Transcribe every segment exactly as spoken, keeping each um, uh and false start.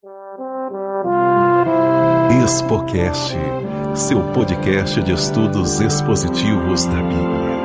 Expocast, seu podcast de estudos expositivos da Bíblia.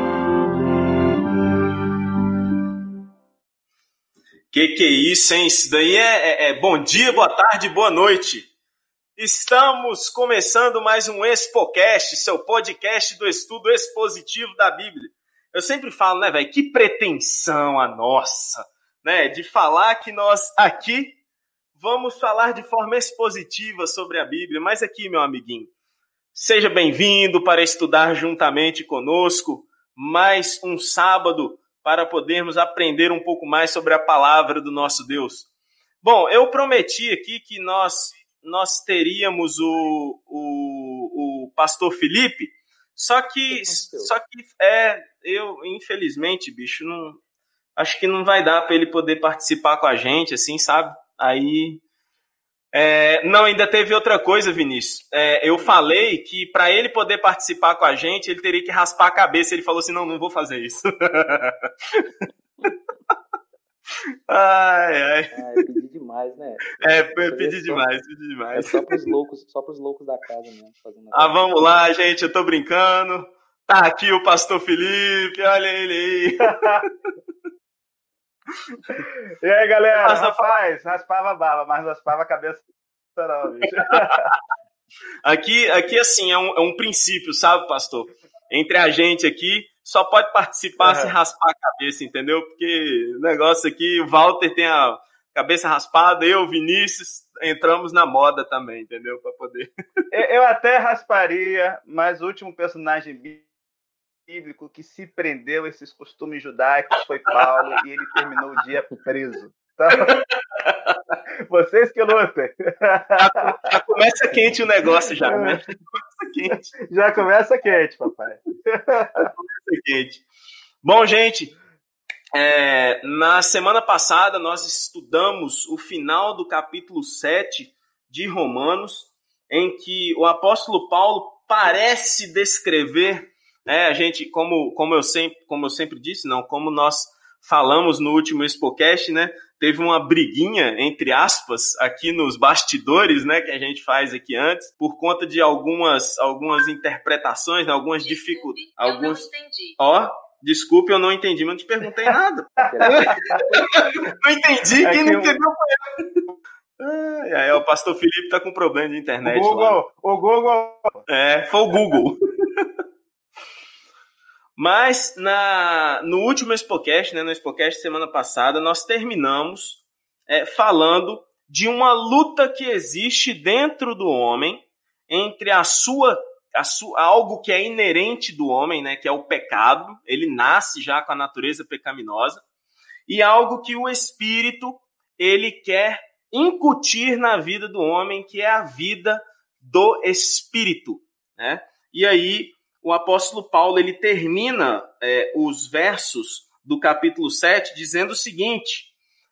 Que que é isso, hein? Isso daí é, é, é bom dia, boa tarde, boa noite. Estamos começando mais um Expocast, seu podcast do estudo expositivo da Bíblia. Eu sempre falo, né, velho, que pretensão a nossa, né, de falar que nós aqui vamos falar de forma expositiva sobre a Bíblia. Mas aqui, meu amiguinho, seja bem-vindo para estudar juntamente conosco mais um sábado para podermos aprender um pouco mais sobre a palavra do nosso Deus. Bom, eu prometi aqui que nós, nós teríamos o, o, o pastor Felipe, só que, só que é, eu, infelizmente, bicho, não, acho que não vai dar para ele poder participar com a gente, assim, sabe? Aí, é, não, ainda teve outra coisa, Vinícius. É, eu falei que para ele poder participar com a gente, ele teria que raspar a cabeça. Ele falou assim, não, não vou fazer isso. ai, ai. Ah, eu pedi demais, né? É, eu pedi demais, pedi demais. É só pros loucos, só pros loucos da casa mesmo. Fazendo ah, vamos lá, gente, eu tô brincando. Tá aqui o pastor Felipe, olha ele aí. E aí, galera? Mas, rapaz, raspava a barba, mas não raspava a cabeça não, bicho. Aqui, aqui, assim, é um, é um princípio, sabe, pastor? Entre a gente aqui, só pode participar uhum. se raspar a cabeça, entendeu? Porque o negócio aqui, o Walter tem a cabeça raspada, eu, Vinícius, entramos na moda também, entendeu? Para poder... eu até rasparia, mas o último personagem bíblico que se prendeu a esses costumes judaicos foi Paulo e ele terminou o dia preso. Então, vocês que lutem. Já, já começa quente o negócio já, né? Já começa quente. Já começa quente, papai. Já começa quente. Bom, gente, é, na semana passada nós estudamos o final do capítulo sete de Romanos, em que o apóstolo Paulo parece descrever É, a gente, como, como, eu sempre, como eu sempre disse, não, como nós falamos no último Expocast, né, teve uma briguinha, entre aspas, aqui nos bastidores, né, que a gente faz aqui antes, por conta de algumas, algumas interpretações, né, algumas dificuldades. Alguns... Eu não entendi. Ó, desculpe, eu não entendi, mas não te perguntei nada. Não entendi, quem não entendeu foi eu. Ai, ai, o pastor Felipe tá com problema de internet. O Google, lá. o Google. É, foi o Google. Mas na, no último Expocast, né, no Expocast semana passada, nós terminamos é, falando de uma luta que existe dentro do homem entre a sua, a sua, algo que é inerente do homem, né, que é o pecado, ele nasce já com a natureza pecaminosa, e algo que o Espírito ele quer incutir na vida do homem, que é a vida do Espírito, né? E aí o apóstolo Paulo ele termina é, os versos do capítulo sete dizendo o seguinte,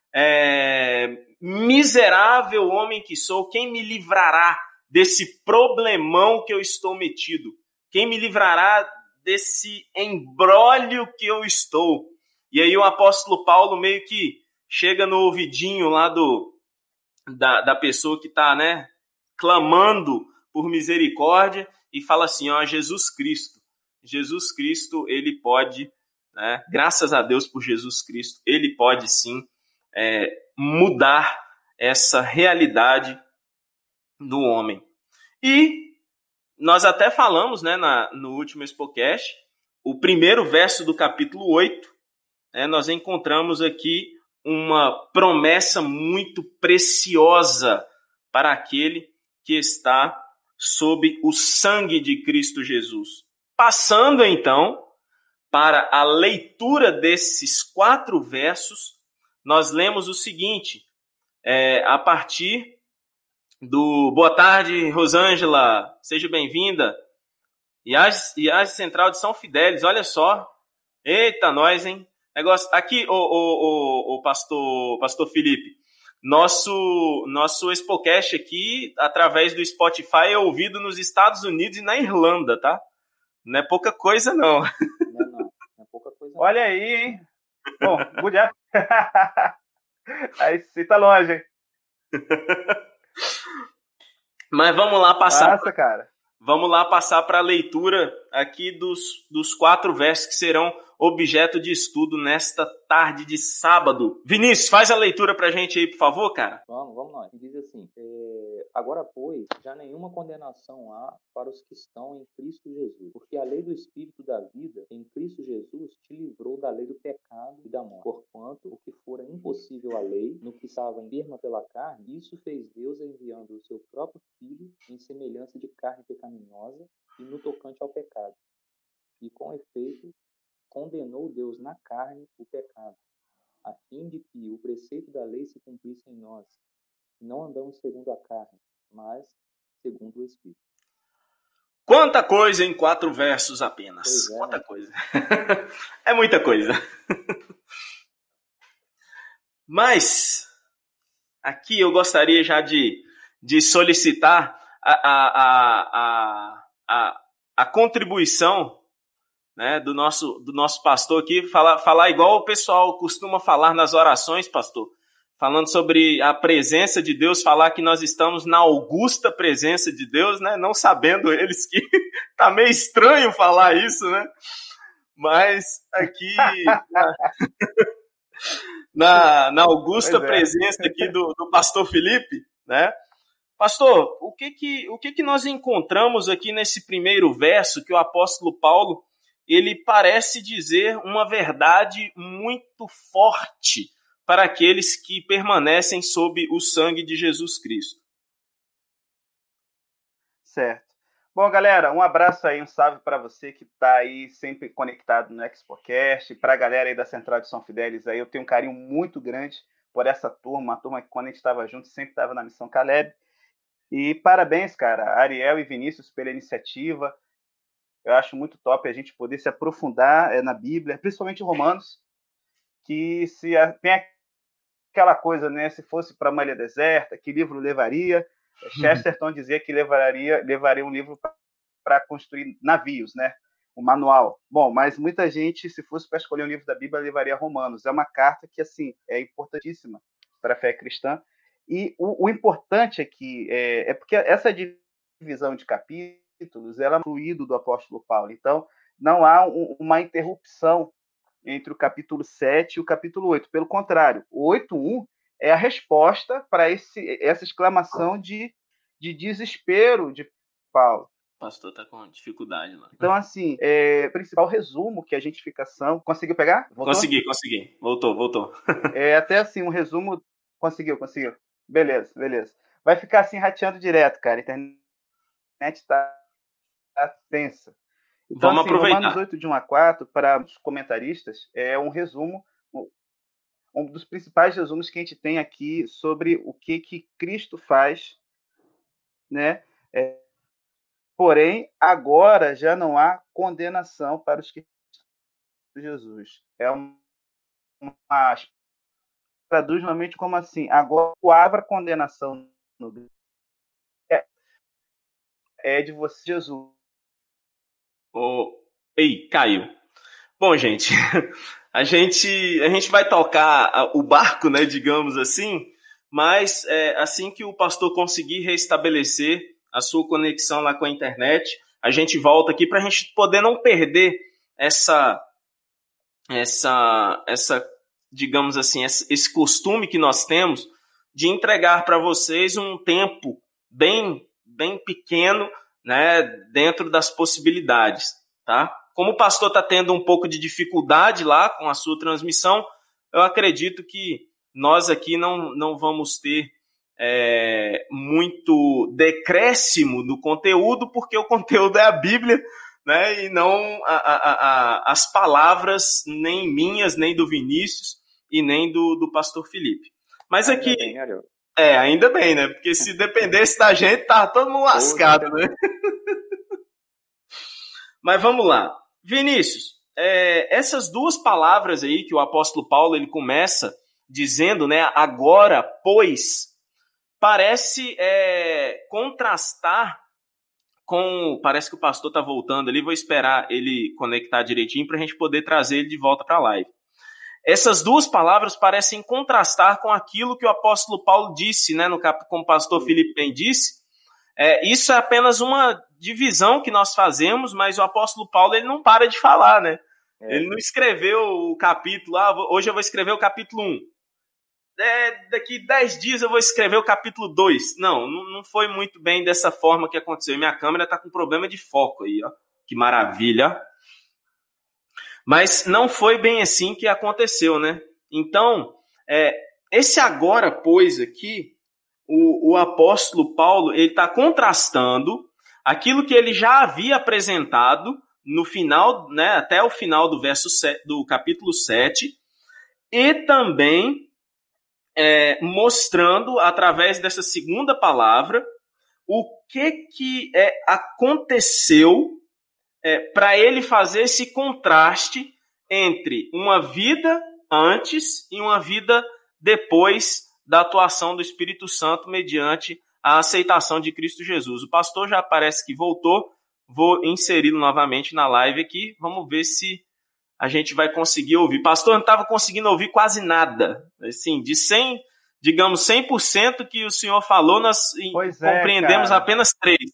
é, miserável homem que sou, quem me livrará desse problemão que eu estou metido? Quem me livrará desse embrólio que eu estou? E aí o apóstolo Paulo meio que chega no ouvidinho lá do, da, da pessoa que está, né, clamando por misericórdia, e fala assim, ó, Jesus Cristo, Jesus Cristo, ele pode, né, graças a Deus por Jesus Cristo, ele pode sim é, mudar essa realidade do homem. E nós até falamos, né, na, no último Expocast, o primeiro verso do capítulo oito, né, nós encontramos aqui uma promessa muito preciosa para aquele que está sob o sangue de Cristo Jesus. Passando, então, para a leitura desses quatro versos, nós lemos o seguinte, é, a partir do... Boa tarde, Rosângela, seja bem-vinda. Iage Central de São Fidélis, olha só. Eita, nós, hein? Negócio... Aqui, o, o, o, o pastor, pastor Felipe, Nosso, nosso Expocast aqui, através do Spotify, é ouvido nos Estados Unidos e na Irlanda, tá? Não é pouca coisa, não. Não, não, não é pouca coisa. Não. Olha aí, hein? Bom, good. Aí você tá longe, hein? Mas vamos lá passar. Passa, cara. Vamos lá passar para a leitura aqui dos, dos quatro versos que serão objeto de estudo nesta tarde de sábado. Vinícius, faz a leitura para a gente aí, por favor, cara. Vamos, vamos nós. Diz assim, é, agora, pois, já nenhuma condenação há para os que estão em Cristo Jesus, porque a lei do Espírito da vida em Cristo Jesus te livrou da lei do pecado e da morte. Porquanto o que fora impossível à lei, no que estava enferma pela carne, isso fez Deus enviando o seu próprio Filho em semelhança de carne pecaminosa e no tocante ao pecado. E com efeito, condenou Deus na carne o pecado, a fim de que o preceito da lei se cumprisse em nós. Não andamos segundo a carne, mas segundo o Espírito. Quanta coisa em quatro versos apenas. Pois é, Quanta né? coisa. É muita coisa. Mas, aqui eu gostaria já de, de solicitar a, a, a, a, a contribuição, né, do nosso, do nosso pastor aqui, falar, falar igual o pessoal costuma falar nas orações, pastor, falando sobre a presença de Deus, falar que nós estamos na augusta presença de Deus, né, não sabendo eles que tá meio estranho falar isso, né, mas aqui na, na, na augusta Pois é. presença aqui do, do pastor Felipe, né. Pastor, o que que, o que que nós encontramos aqui nesse primeiro verso que o apóstolo Paulo ele parece dizer uma verdade muito forte para aqueles que permanecem sob o sangue de Jesus Cristo. Certo. Bom, galera, um abraço aí, um salve para você que está aí sempre conectado no ExpoCast, para a galera aí da Central de São Fidélis aí, eu tenho um carinho muito grande por essa turma, uma turma que quando a gente estava junto sempre estava na Missão Caleb. E parabéns, cara, Ariel e Vinícius pela iniciativa. Eu acho muito top a gente poder se aprofundar é, na Bíblia, principalmente em Romanos, que se a, tem aquela coisa, né? Se fosse para uma ilha deserta, que livro levaria? Chesterton dizia que levaria, levaria um livro para construir navios, né? O manual. Bom, mas muita gente, se fosse para escolher um livro da Bíblia, levaria Romanos. É uma carta que, assim, é importantíssima para a fé cristã. E o, o importante aqui é, é porque essa divisão de capítulos capítulos, ela é fluido do apóstolo Paulo. Então, não há um, uma interrupção entre o capítulo sete e o capítulo oito. Pelo contrário, o oito um é a resposta para esse, essa exclamação de, de desespero de Paulo. O pastor está com dificuldade lá. Então, assim, é, o principal resumo que a identificação... Conseguiu pegar? Voltou? Consegui, consegui. Voltou, voltou. É até assim, um resumo... Conseguiu, conseguiu. Beleza, beleza. Vai ficar assim, rateando direto, cara. A internet está tensa. Então, vamos assim, aproveitar. Romanos oito, de um a quatro, para os comentaristas, é um resumo, um dos principais resumos que a gente tem aqui sobre o que, que Cristo faz, né? É, porém, agora já não há condenação para os que estão em Jesus. É uma, uma traduz normalmente como assim, agora a condenação no é, é de você, Jesus. Oh, ei, caiu. Bom, gente, a gente, a gente vai tocar o barco, né, digamos assim, mas é, assim que o pastor conseguir restabelecer a sua conexão lá com a internet, a gente volta aqui para a gente poder não perder essa, essa, essa, digamos assim, esse costume que nós temos de entregar para vocês um tempo bem, bem pequeno, né, dentro das possibilidades, tá? Como o pastor está tendo um pouco de dificuldade lá com a sua transmissão, eu acredito que nós aqui não, não vamos ter é, muito decréscimo no conteúdo, porque o conteúdo é a Bíblia, né, e não a, a, a, as palavras nem minhas, nem do Vinícius e nem do, do pastor Felipe. Mas aqui... Ainda bem, olha. É, ainda bem, né? Porque se dependesse da gente, tava todo mundo lascado, né? Mas vamos lá. Vinícius, é, essas duas palavras aí que o apóstolo Paulo ele começa dizendo, né? Agora, pois, parece é, contrastar com... Parece que o pastor tá voltando ali, vou esperar ele conectar direitinho para a gente poder trazer ele de volta para a live. Essas duas palavras parecem contrastar com aquilo que o apóstolo Paulo disse, né, no cap... como o pastor Felipe bem disse, É, isso é apenas uma divisão que nós fazemos, mas o apóstolo Paulo ele não para de falar, né? É. Ele não escreveu o capítulo, ah, hoje eu vou escrever o capítulo um. É, daqui dez dias eu vou escrever o capítulo dois. Não, não foi muito bem dessa forma que aconteceu. E minha câmera está com problema de foco aí, ó. Que maravilha. Mas não foi bem assim que aconteceu, né? Então, é, esse agora, pois, aqui, o, o apóstolo Paulo, ele está contrastando aquilo que ele já havia apresentado no final, né, até o final do verso sete, do capítulo sete, e também é, mostrando, através dessa segunda palavra, o que, que é, aconteceu é, para ele fazer esse contraste entre uma vida antes e uma vida depois da atuação do Espírito Santo mediante a aceitação de Cristo Jesus. O pastor já parece que voltou, vou inseri-lo novamente na live aqui, vamos ver se a gente vai conseguir ouvir. Pastor, não estava conseguindo ouvir quase nada. Assim, de cem, digamos, cem por cento que o senhor falou, nós pois compreendemos é, apenas três.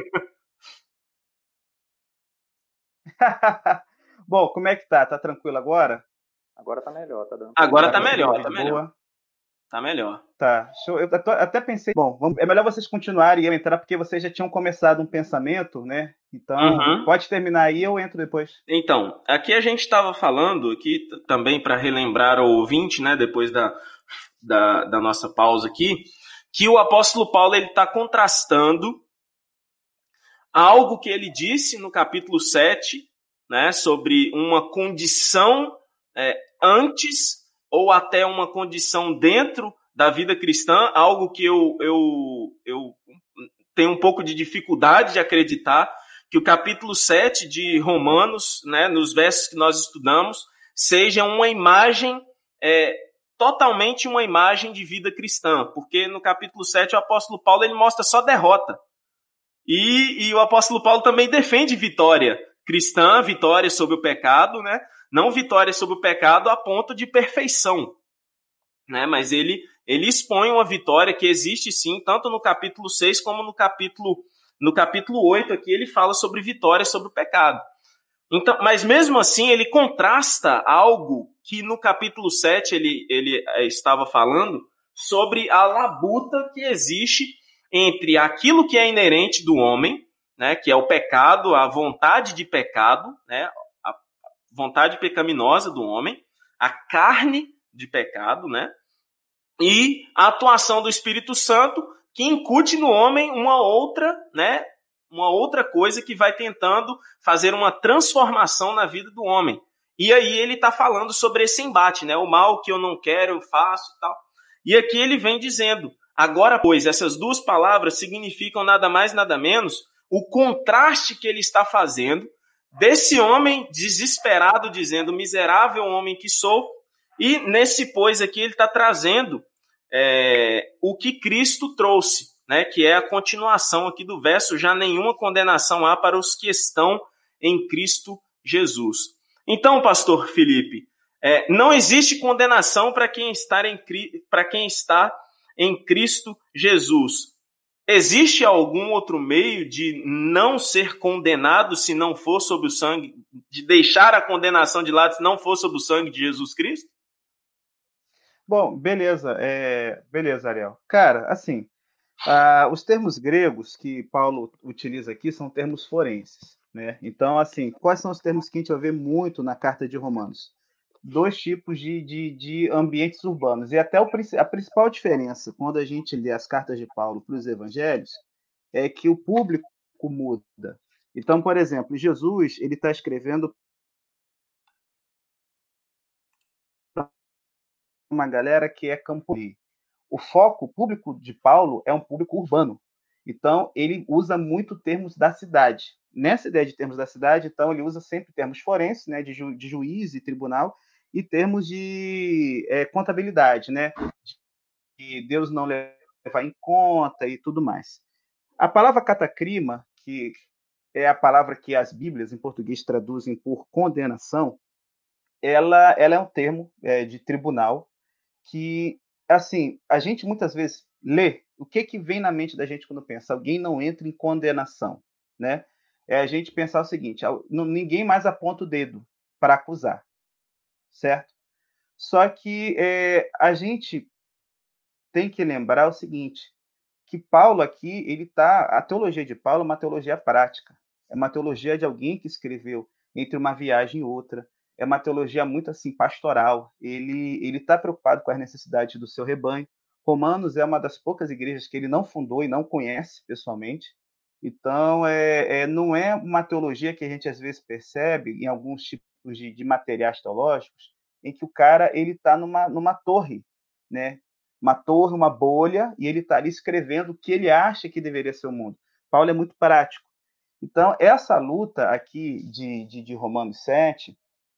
Bom, como é que tá? Tá tranquilo agora? Agora tá melhor, tá dando. Agora tá, tá melhor, tá melhor. Boa. Tá melhor. Tá. Eu até pensei, bom, é melhor vocês continuarem e eu entrar, porque vocês já tinham começado um pensamento, né? Então, uhum. Pode terminar aí, eu entro depois. Então, aqui a gente estava falando, aqui também para relembrar ao ouvinte, né, depois da, da, da nossa pausa aqui, que o apóstolo Paulo ele está contrastando algo que ele disse no capítulo sete, né, sobre uma condição é, antes ou até uma condição dentro da vida cristã, algo que eu, eu, eu tenho um pouco de dificuldade de acreditar, que o capítulo sete de Romanos, né, nos versos que nós estudamos, seja uma imagem, é, totalmente uma imagem de vida cristã, porque no capítulo sete o apóstolo Paulo ele mostra só derrota. E, e o apóstolo Paulo também defende vitória cristã, vitória sobre o pecado, né? Não vitória sobre o pecado a ponto de perfeição, né? Mas ele, ele expõe uma vitória que existe sim, tanto no capítulo seis como no capítulo, no capítulo oito aqui ele fala sobre vitória sobre o pecado. Então, mas mesmo assim ele contrasta algo que no capítulo sete ele, ele estava falando sobre a labuta que existe entre aquilo que é inerente do homem, né, que é o pecado, a vontade de pecado, né, a vontade pecaminosa do homem, a carne de pecado, né, e a atuação do Espírito Santo que incute no homem uma outra, né, uma outra coisa que vai tentando fazer uma transformação na vida do homem. E aí ele está falando sobre esse embate, né, o mal que eu não quero, eu faço e tal. E aqui ele vem dizendo, agora, pois, essas duas palavras significam nada mais, nada menos o contraste que ele está fazendo desse homem desesperado, dizendo, miserável homem que sou, e nesse pois aqui ele está trazendo é, o que Cristo trouxe, né, que é a continuação aqui do verso, já nenhuma condenação há para os que estão em Cristo Jesus. Então, pastor Felipe, é, não existe condenação para quem está em, para quem está em Cristo Jesus. Existe algum outro meio de não ser condenado se não for sob o sangue, de deixar a condenação de lado se não for sob o sangue de Jesus Cristo? Bom, beleza, é, beleza, Ariel. Cara, assim, ah, os termos gregos que Paulo utiliza aqui são termos forenses, né? Então, assim, quais são os termos que a gente vai ver muito na carta de Romanos? Dois tipos de, de, de ambientes urbanos. E até o, a principal diferença, quando a gente lê as cartas de Paulo para os evangelhos, é que o público muda. Então, por exemplo, Jesus ele está escrevendo para uma galera que é camponês. O foco o público de Paulo é um público urbano. Então, ele usa muito termos da cidade. Nessa ideia de termos da cidade, então, ele usa sempre termos forenses, né, de, ju, de juiz e tribunal, e termos de é, contabilidade, né? Que Deus não leva em conta e tudo mais. A palavra catacrima, que é a palavra que as Bíblias em português traduzem por condenação, ela, ela é um termo é, de tribunal que assim, a gente muitas vezes lê, o que que vem na mente da gente quando pensa? Alguém não entra em condenação, né? É a gente pensar o seguinte, ninguém mais aponta o dedo para acusar, certo? Só que é, a gente tem que lembrar o seguinte, que Paulo aqui, ele tá, a teologia de Paulo é uma teologia prática, é uma teologia de alguém que escreveu entre uma viagem e outra, é uma teologia muito assim pastoral, ele ele está preocupado com as necessidades do seu rebanho. Romanos é uma das poucas igrejas que ele não fundou e não conhece pessoalmente, então é, é não é uma teologia que a gente às vezes percebe em alguns tipos de, de materiais teológicos, em que o cara ele está numa, numa torre, né? Uma torre, uma bolha, e ele está ali escrevendo o que ele acha que deveria ser o mundo. Paulo é muito prático. Então, essa luta aqui de, de, de Romanos sete,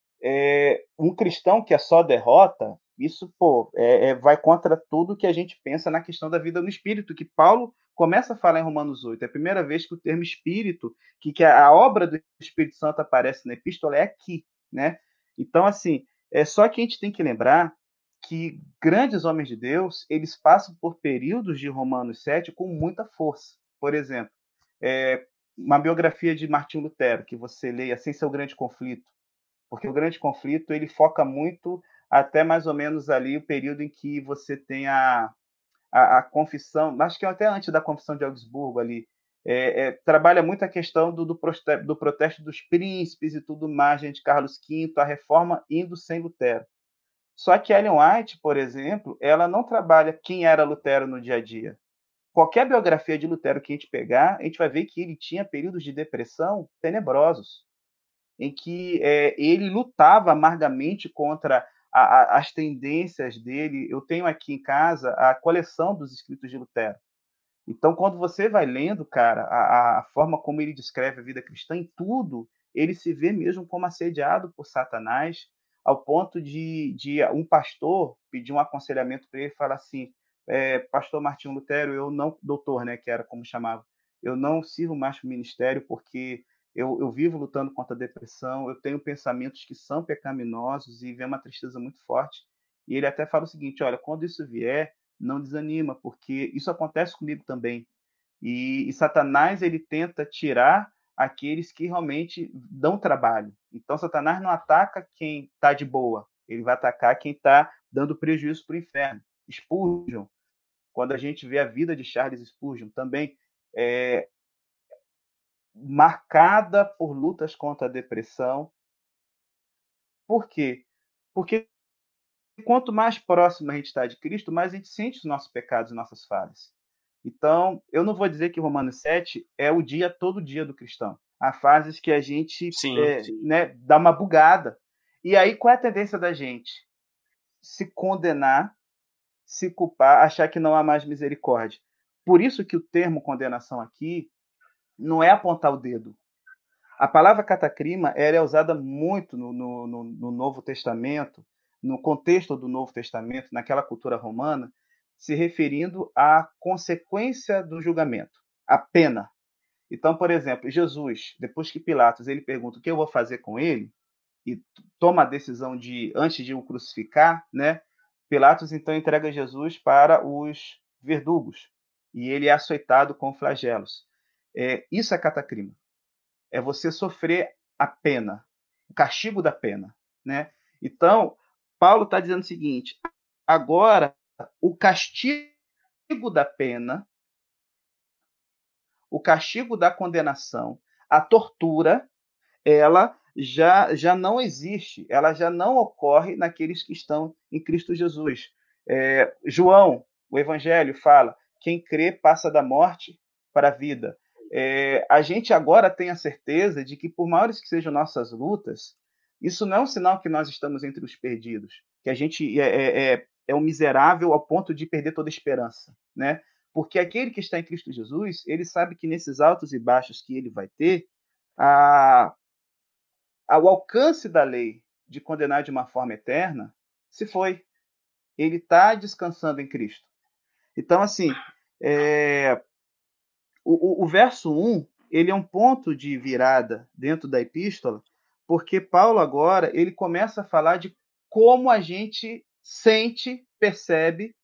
é, um cristão que é só derrota, isso pô, é, é, vai contra tudo que a gente pensa na questão da vida no espírito, que Paulo começa a falar em Romanos oito. É a primeira vez que o termo espírito, que, que a obra do Espírito Santo aparece na epístola, é aqui, né? Então, assim, é só que a gente tem que lembrar que grandes homens de Deus, eles passam por períodos de Romanos sete com muita força. Por exemplo, é, uma biografia de Martim Lutero, que você leia Sem Seu Grande Conflito, porque o Grande Conflito ele foca muito até mais ou menos ali o período em que você tem a, a, a confissão, acho que é até antes da confissão de Augsburgo ali, é, é, trabalha muito a questão do, do, protesto, do protesto dos príncipes e tudo mais, gente, Carlos quinto, a reforma indo sem Lutero. Só que Ellen White, por exemplo, ela não trabalha quem era Lutero no dia a dia. Qualquer biografia de Lutero que a gente pegar, a gente vai ver que ele tinha períodos de depressão tenebrosos, em que é, ele lutava amargamente contra a, a, as tendências dele. Eu tenho aqui em casa a coleção dos escritos de Lutero. Então, quando você vai lendo, cara, a, a forma como ele descreve a vida cristã, em tudo, ele se vê mesmo como assediado por Satanás, ao ponto de, de um pastor pedir um aconselhamento para ele e falar assim, é, pastor Martinho Lutero, eu não, doutor, né, que era como chamava, eu não sirvo mais para o ministério porque eu, eu vivo lutando contra a depressão, eu tenho pensamentos que são pecaminosos e vem uma tristeza muito forte. E ele até fala o seguinte, olha, quando isso vier, não desanima, porque isso acontece comigo também. E, e Satanás ele tenta tirar aqueles que realmente dão trabalho. Então, Satanás não ataca quem está de boa, ele vai atacar quem está dando prejuízo para o inferno. Spurgeon, quando a gente vê a vida de Charles Spurgeon, também é marcada por lutas contra a depressão. Por quê? Porque quanto mais próximo a gente está de Cristo, mais a gente sente os nossos pecados e nossas falhas. Então, eu não vou dizer que Romanos sete é o dia, todo dia do cristão. Há fases que a gente sim, é, sim. Né, dá uma bugada. E aí, qual é a tendência da gente? Se condenar, se culpar, achar que não há mais misericórdia. Por isso que o termo condenação aqui não é apontar o dedo. A palavra catacrima ela é usada muito no, no, no, no Novo Testamento, no contexto do Novo Testamento, naquela cultura romana, se referindo à consequência do julgamento, a pena. Então, por exemplo, Jesus, depois que Pilatos ele pergunta o que eu vou fazer com ele, e toma a decisão de, antes de o crucificar, né, Pilatos então entrega Jesus para os verdugos, e ele é açoitado com flagelos. É, isso é catacrima. É você sofrer a pena, o castigo da pena, né? Então, Paulo está dizendo o seguinte, agora, o castigo da pena, o castigo da condenação, a tortura, ela já, já não existe, ela já não ocorre naqueles que estão em Cristo Jesus. É, João, o Evangelho, fala, quem crê passa da morte para a vida. É, a gente agora tem a certeza de que, por maiores que sejam nossas lutas, isso não é um sinal que nós estamos entre os perdidos, que a gente é, é, é um miserável ao ponto de perder toda a esperança, né? Porque aquele que está em Cristo Jesus, ele sabe que nesses altos e baixos que ele vai ter, a, ao alcance da lei de condenar de uma forma eterna, se foi. Ele está descansando em Cristo. Então, assim, é, o, o, o verso um, ele é um ponto de virada dentro da epístola, porque Paulo agora ele começa a falar de como a gente sente, percebe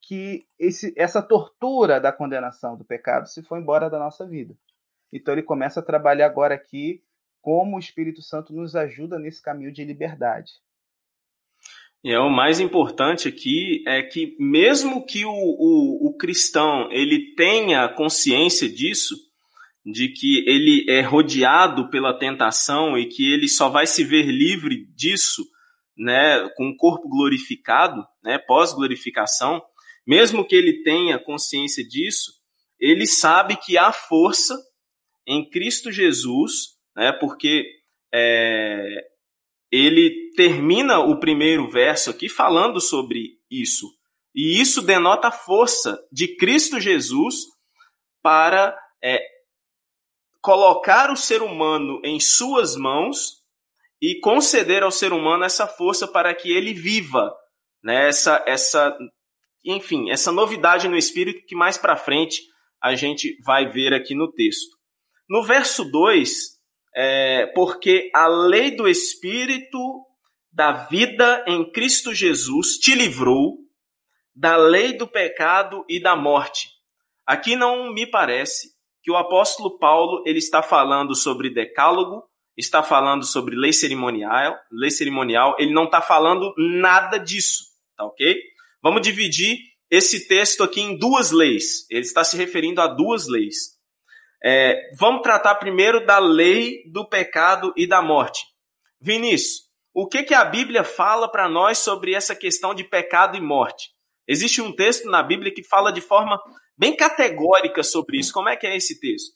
que esse, essa tortura da condenação do pecado se foi embora da nossa vida. Então ele começa a trabalhar agora aqui como o Espírito Santo nos ajuda nesse caminho de liberdade. E é o mais importante aqui é que mesmo que o, o, o cristão ele tenha consciência disso, de que ele é rodeado pela tentação e que ele só vai se ver livre disso, né, com o corpo glorificado, né, pós-glorificação, mesmo que ele tenha consciência disso, ele sabe que há força em Cristo Jesus, né, porque é, ele termina o primeiro verso aqui falando sobre isso. E isso denota a força de Cristo Jesus para é, colocar o ser humano em suas mãos e conceder ao ser humano essa força para que ele viva, né, essa, essa, enfim, essa novidade no Espírito que mais para frente a gente vai ver aqui no texto. No verso dois, é, porque a lei do Espírito da vida em Cristo Jesus te livrou da lei do pecado e da morte. Aqui não me parece que o apóstolo Paulo ele está falando sobre decálogo, está falando sobre lei cerimonial, lei cerimonial, ele não está falando nada disso, tá ok? Vamos dividir esse texto aqui em duas leis. Ele está se referindo a duas leis. É, vamos tratar primeiro da lei do pecado e da morte. Vinícius, o que, que a Bíblia fala para nós sobre essa questão de pecado e morte? Existe um texto na Bíblia que fala de forma bem categórica sobre isso. Como é que é esse texto?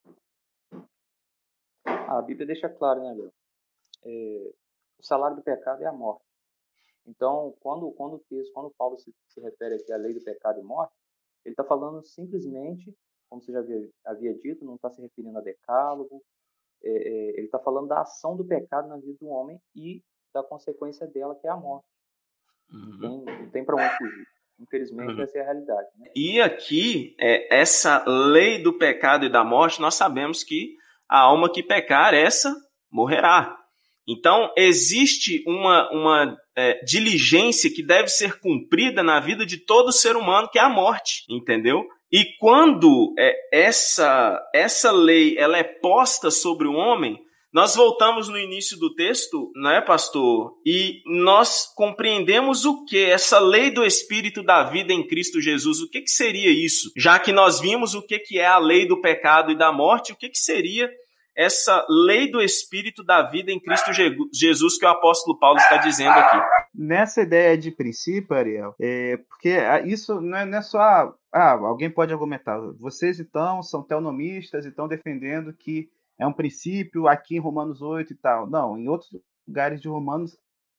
A Bíblia deixa claro, né, Léo? É, o salário do pecado é a morte. Então, quando, quando o texto, quando Paulo se, se refere aqui à lei do pecado e morte, ele está falando simplesmente, como você já havia, havia dito, não está se referindo a decálogo, é, é, ele está falando da ação do pecado na vida do homem e da consequência dela, que é a morte. Uhum. Não tem, não tem para onde fugir. Infelizmente, uhum. Essa é a realidade. Né? E aqui, é, essa lei do pecado e da morte, nós sabemos que a alma que pecar, essa morrerá. Então, existe uma, uma é, diligência que deve ser cumprida na vida de todo ser humano, que é a morte, entendeu? E quando é, essa, essa lei ela é posta sobre o homem, nós voltamos no início do texto, não é, pastor? E nós compreendemos o que? Essa lei do Espírito da vida em Cristo Jesus. O que, que seria isso? Já que nós vimos o que, que é a lei do pecado e da morte, o que, que seria essa lei do Espírito da vida em Cristo Jesus que o apóstolo Paulo está dizendo aqui? Nessa ideia de princípio, Ariel, é, porque isso não é, não é só... Ah, alguém pode argumentar. Vocês, então, são teonomistas e estão defendendo que é um princípio aqui em Romanos oito e tal. Não, em outros lugares de Romanos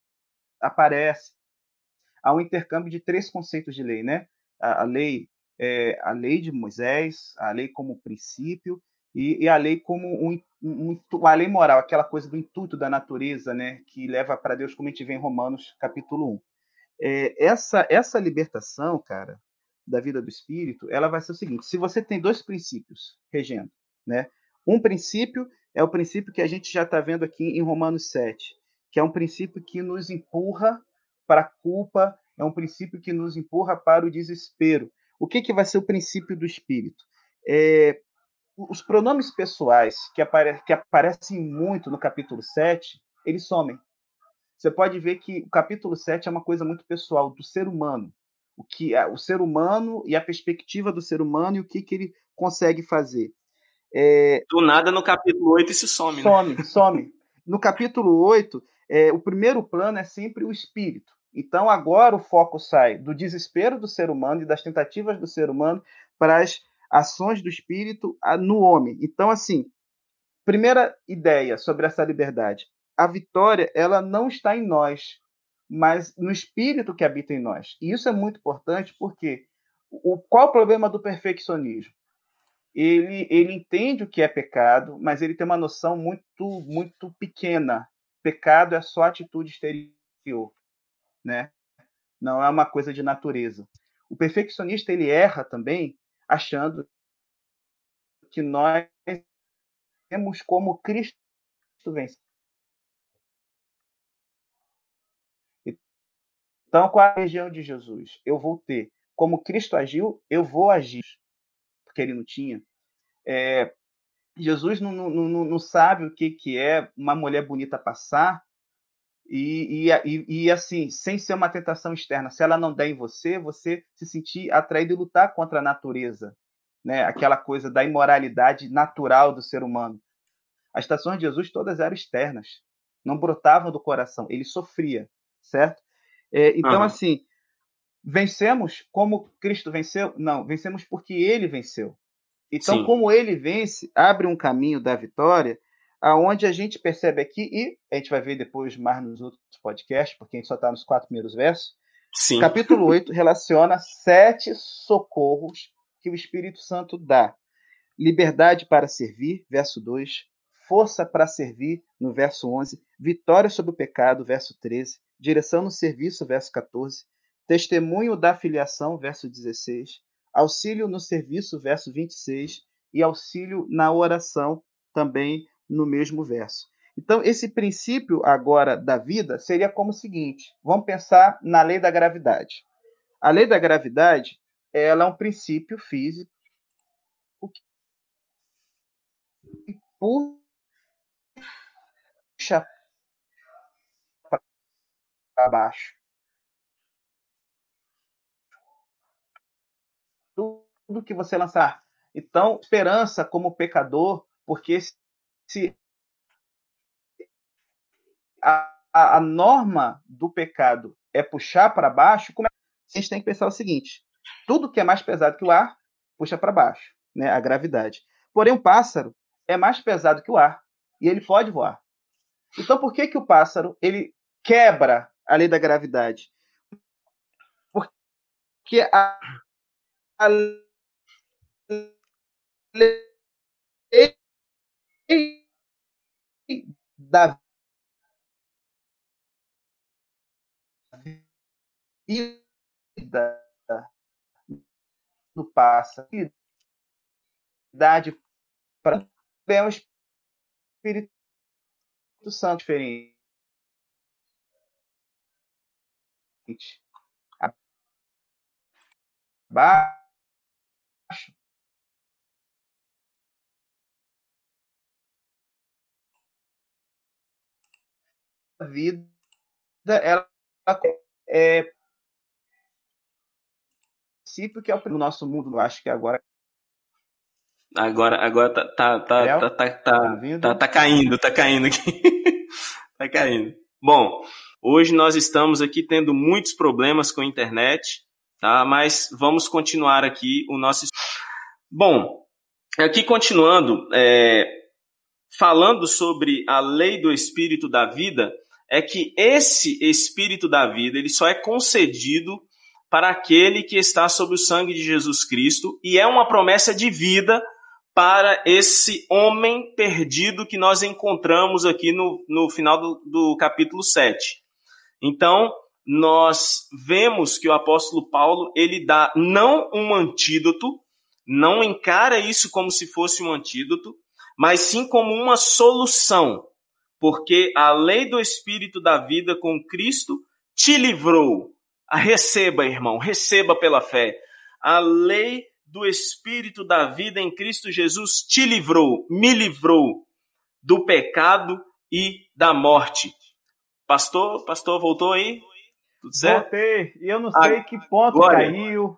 aparece. Há um intercâmbio de três conceitos de lei, né? A, a lei é, a lei de Moisés, a lei como princípio e, e a lei como um, um, um, a lei moral, aquela coisa do intuito da natureza, né? Que leva para Deus, como a gente vê em Romanos capítulo um. É, essa, essa libertação, cara, da vida do Espírito, ela vai ser o seguinte: se você tem dois princípios regendo, né? Um princípio é o princípio que a gente já está vendo aqui em Romanos sete, que é um princípio que nos empurra para a culpa, é um princípio que nos empurra para o desespero. O que, que vai ser o princípio do Espírito? É, os pronomes pessoais que, apare, que aparecem muito no capítulo sete, eles somem. Você pode ver que o capítulo sete é uma coisa muito pessoal, do ser humano. O, que, o ser humano e a perspectiva do ser humano e o que, que ele consegue fazer. É, do nada, no capítulo oito, isso some. Some, né? some. No capítulo oito, é, o primeiro plano é sempre o espírito. Então, agora o foco sai do desespero do ser humano e das tentativas do ser humano para as ações do espírito no homem. Então, assim, primeira ideia sobre essa liberdade. A vitória, ela não está em nós, mas no espírito que habita em nós. E isso é muito importante porque o, qual o problema do perfeccionismo? Ele, ele entende o que é pecado, mas ele tem uma noção muito, muito pequena. Pecado é só atitude exterior, né? Não é uma coisa de natureza. O perfeccionista ele erra também, achando que nós temos como Cristo vence. Então, qual é a região de Jesus? Eu vou ter como Cristo agiu, eu vou agir, porque ele não tinha. É, Jesus não, não, não, não sabe o que, que é uma mulher bonita passar e, e, e, e, assim, sem ser uma tentação externa. Se ela não der em você, você se sentir atraído e lutar contra a natureza, né? Aquela coisa da imoralidade natural do ser humano. As tentações de Jesus todas eram externas, não brotavam do coração, ele sofria, certo? É, então, uhum. assim, vencemos como Cristo venceu? Não, vencemos porque ele venceu. Então, Sim. como ele vence, abre um caminho da vitória, aonde a gente percebe aqui, e a gente vai ver depois mais nos outros podcasts, porque a gente só está nos quatro primeiros versos. Sim. Capítulo oito relaciona sete socorros que o Espírito Santo dá. Liberdade para servir, verso dois. Força para servir, no verso onze. Vitória sobre o pecado, verso treze. Direção no serviço, verso catorze. Testemunho da filiação, verso dezesseis. Auxílio no serviço, verso vinte e seis, e auxílio na oração, também no mesmo verso. Então, esse princípio agora da vida seria como o seguinte: vamos pensar na lei da gravidade. A lei da gravidade, ela é um princípio físico que puxa para baixo tudo que você lançar. Então, esperança como pecador, porque se a, a, a norma do pecado é puxar para baixo, como é? A gente tem que pensar o seguinte: tudo que é mais pesado que o ar, puxa para baixo, né? A gravidade. Porém, um pássaro é mais pesado que o ar e ele pode voar. Então, por que que o pássaro ele quebra a lei da gravidade? Porque a, a lei da vida do pássaro, idade para é um Espírito Santo diferente. Abaixo a vida, ela é princípio que é o nosso mundo, eu acho que agora agora agora tá tá tá tá tá, tá, tá, tá caindo, tá caindo aqui. Tá caindo. Bom, hoje nós estamos aqui tendo muitos problemas com a internet, tá? Mas vamos continuar aqui o nosso. Bom, aqui continuando, é, falando sobre a lei do Espírito da vida, é que esse Espírito da vida ele só é concedido para aquele que está sob o sangue de Jesus Cristo e é uma promessa de vida para esse homem perdido que nós encontramos aqui no, no final do, do capítulo sete. Então, nós vemos que o apóstolo Paulo, ele dá não um antídoto, não encara isso como se fosse um antídoto, mas sim como uma solução, porque a lei do Espírito da vida com Cristo te livrou. A receba, irmão, receba pela fé. A lei do Espírito da vida em Cristo Jesus te livrou, me livrou do pecado e da morte. Pastor, pastor, voltou aí? Tudo certo? Voltei, e eu não sei ah, que ponto glória. Caiu.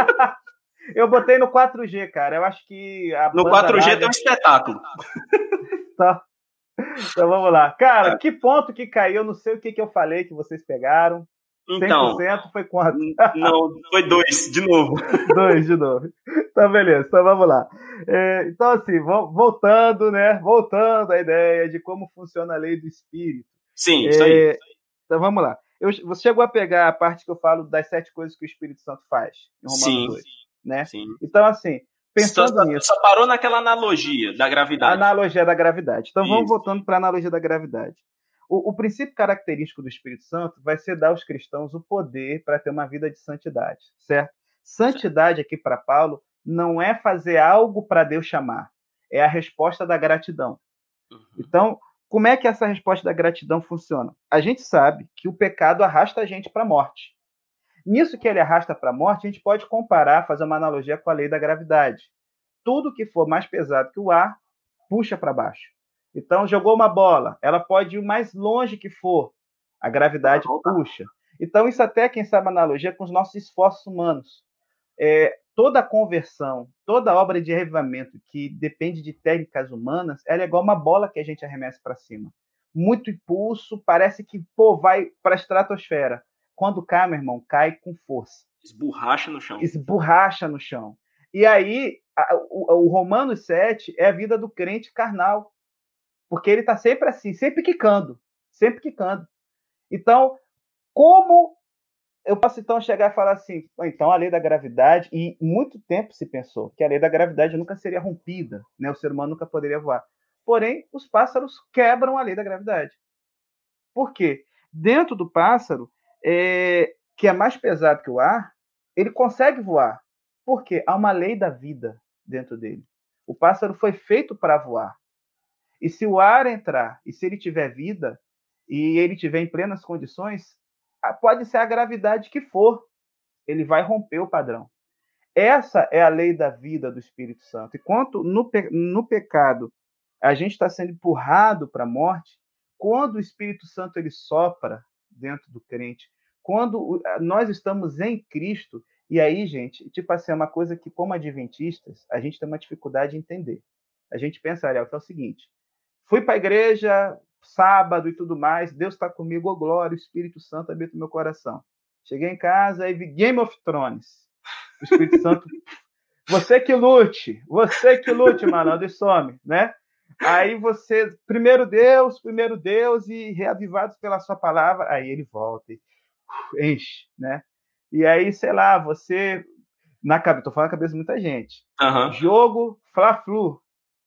Eu botei no quatro G, cara. Eu acho que a no quatro G tem um espetáculo. Tá. Então vamos lá. Cara, é. Que ponto que caiu? Eu não sei o que, que eu falei que vocês pegaram. Então, cem por cento foi quanto? Não, foi dois, de novo. Dois, de novo. Então, beleza. Então, vamos lá. É, então, assim, voltando, né? Voltando à ideia de como funciona a lei do Espírito. Sim, isso aí. É, então, vamos lá. Eu, você chegou a pegar a parte que eu falo das sete coisas que o Espírito Santo faz, em Romanos Sim, dois, né? Sim. Então, assim, pensando só, nisso... Só parou naquela analogia da gravidade. Analogia da gravidade. Então, isso. Vamos voltando para a analogia da gravidade. O, o princípio característico do Espírito Santo vai ser dar aos cristãos o poder para ter uma vida de santidade, certo? Santidade aqui para Paulo não é fazer algo para Deus chamar, é a resposta da gratidão. Uhum. Então, como é que essa resposta da gratidão funciona? A gente sabe que o pecado arrasta a gente para a morte. Nisso que ele arrasta para a morte, a gente pode comparar, fazer uma analogia com a lei da gravidade. Tudo que for mais pesado que o ar, puxa para baixo. Então, jogou uma bola, ela pode ir o mais longe que for, a gravidade puxa. Então, isso até, quem sabe, analogia com os nossos esforços humanos. É, toda conversão, toda obra de reavivamento que depende de técnicas humanas, ela é igual uma bola que a gente arremessa para cima. Muito impulso, parece que pô, vai para a estratosfera. Quando cai, meu irmão, cai com força. Esborracha no chão. Esborracha no chão. E aí, a, o, o Romanos sete é a vida do crente carnal. Porque ele está sempre assim, sempre quicando. Sempre quicando. Então, como eu posso então chegar e falar assim, então a lei da gravidade, e muito tempo se pensou que a lei da gravidade nunca seria rompida, né? O ser humano nunca poderia voar. Porém, os pássaros quebram a lei da gravidade. Por quê? Dentro do pássaro, é, que é mais pesado que o ar, ele consegue voar. Por quê? Há uma lei da vida dentro dele. O pássaro foi feito para voar. E se o ar entrar, e se ele tiver vida, e ele tiver em plenas condições, pode ser a gravidade que for, ele vai romper o padrão. Essa é a lei da vida do Espírito Santo. Enquanto no, pe no pecado a gente está sendo empurrado para a morte, quando o Espírito Santo ele sopra dentro do crente, quando nós estamos em Cristo, e aí, gente, tipo assim, é uma coisa que, como adventistas, a gente tem uma dificuldade de entender. A gente pensa, Ariel, que é o seguinte, fui para a igreja sábado e tudo mais, Deus está comigo, ô glória, o Espírito Santo habita no meu coração. Cheguei em casa e vi Game of Thrones. O Espírito Santo, você que lute, você que lute, malandro, e some, né? Aí você, primeiro Deus, primeiro Deus, e reavivados pela sua palavra, aí ele volta e uf, enche, né? E aí, sei lá, você, na cabeça, tô falando na cabeça de muita gente, uhum. Jogo Fla-Flu,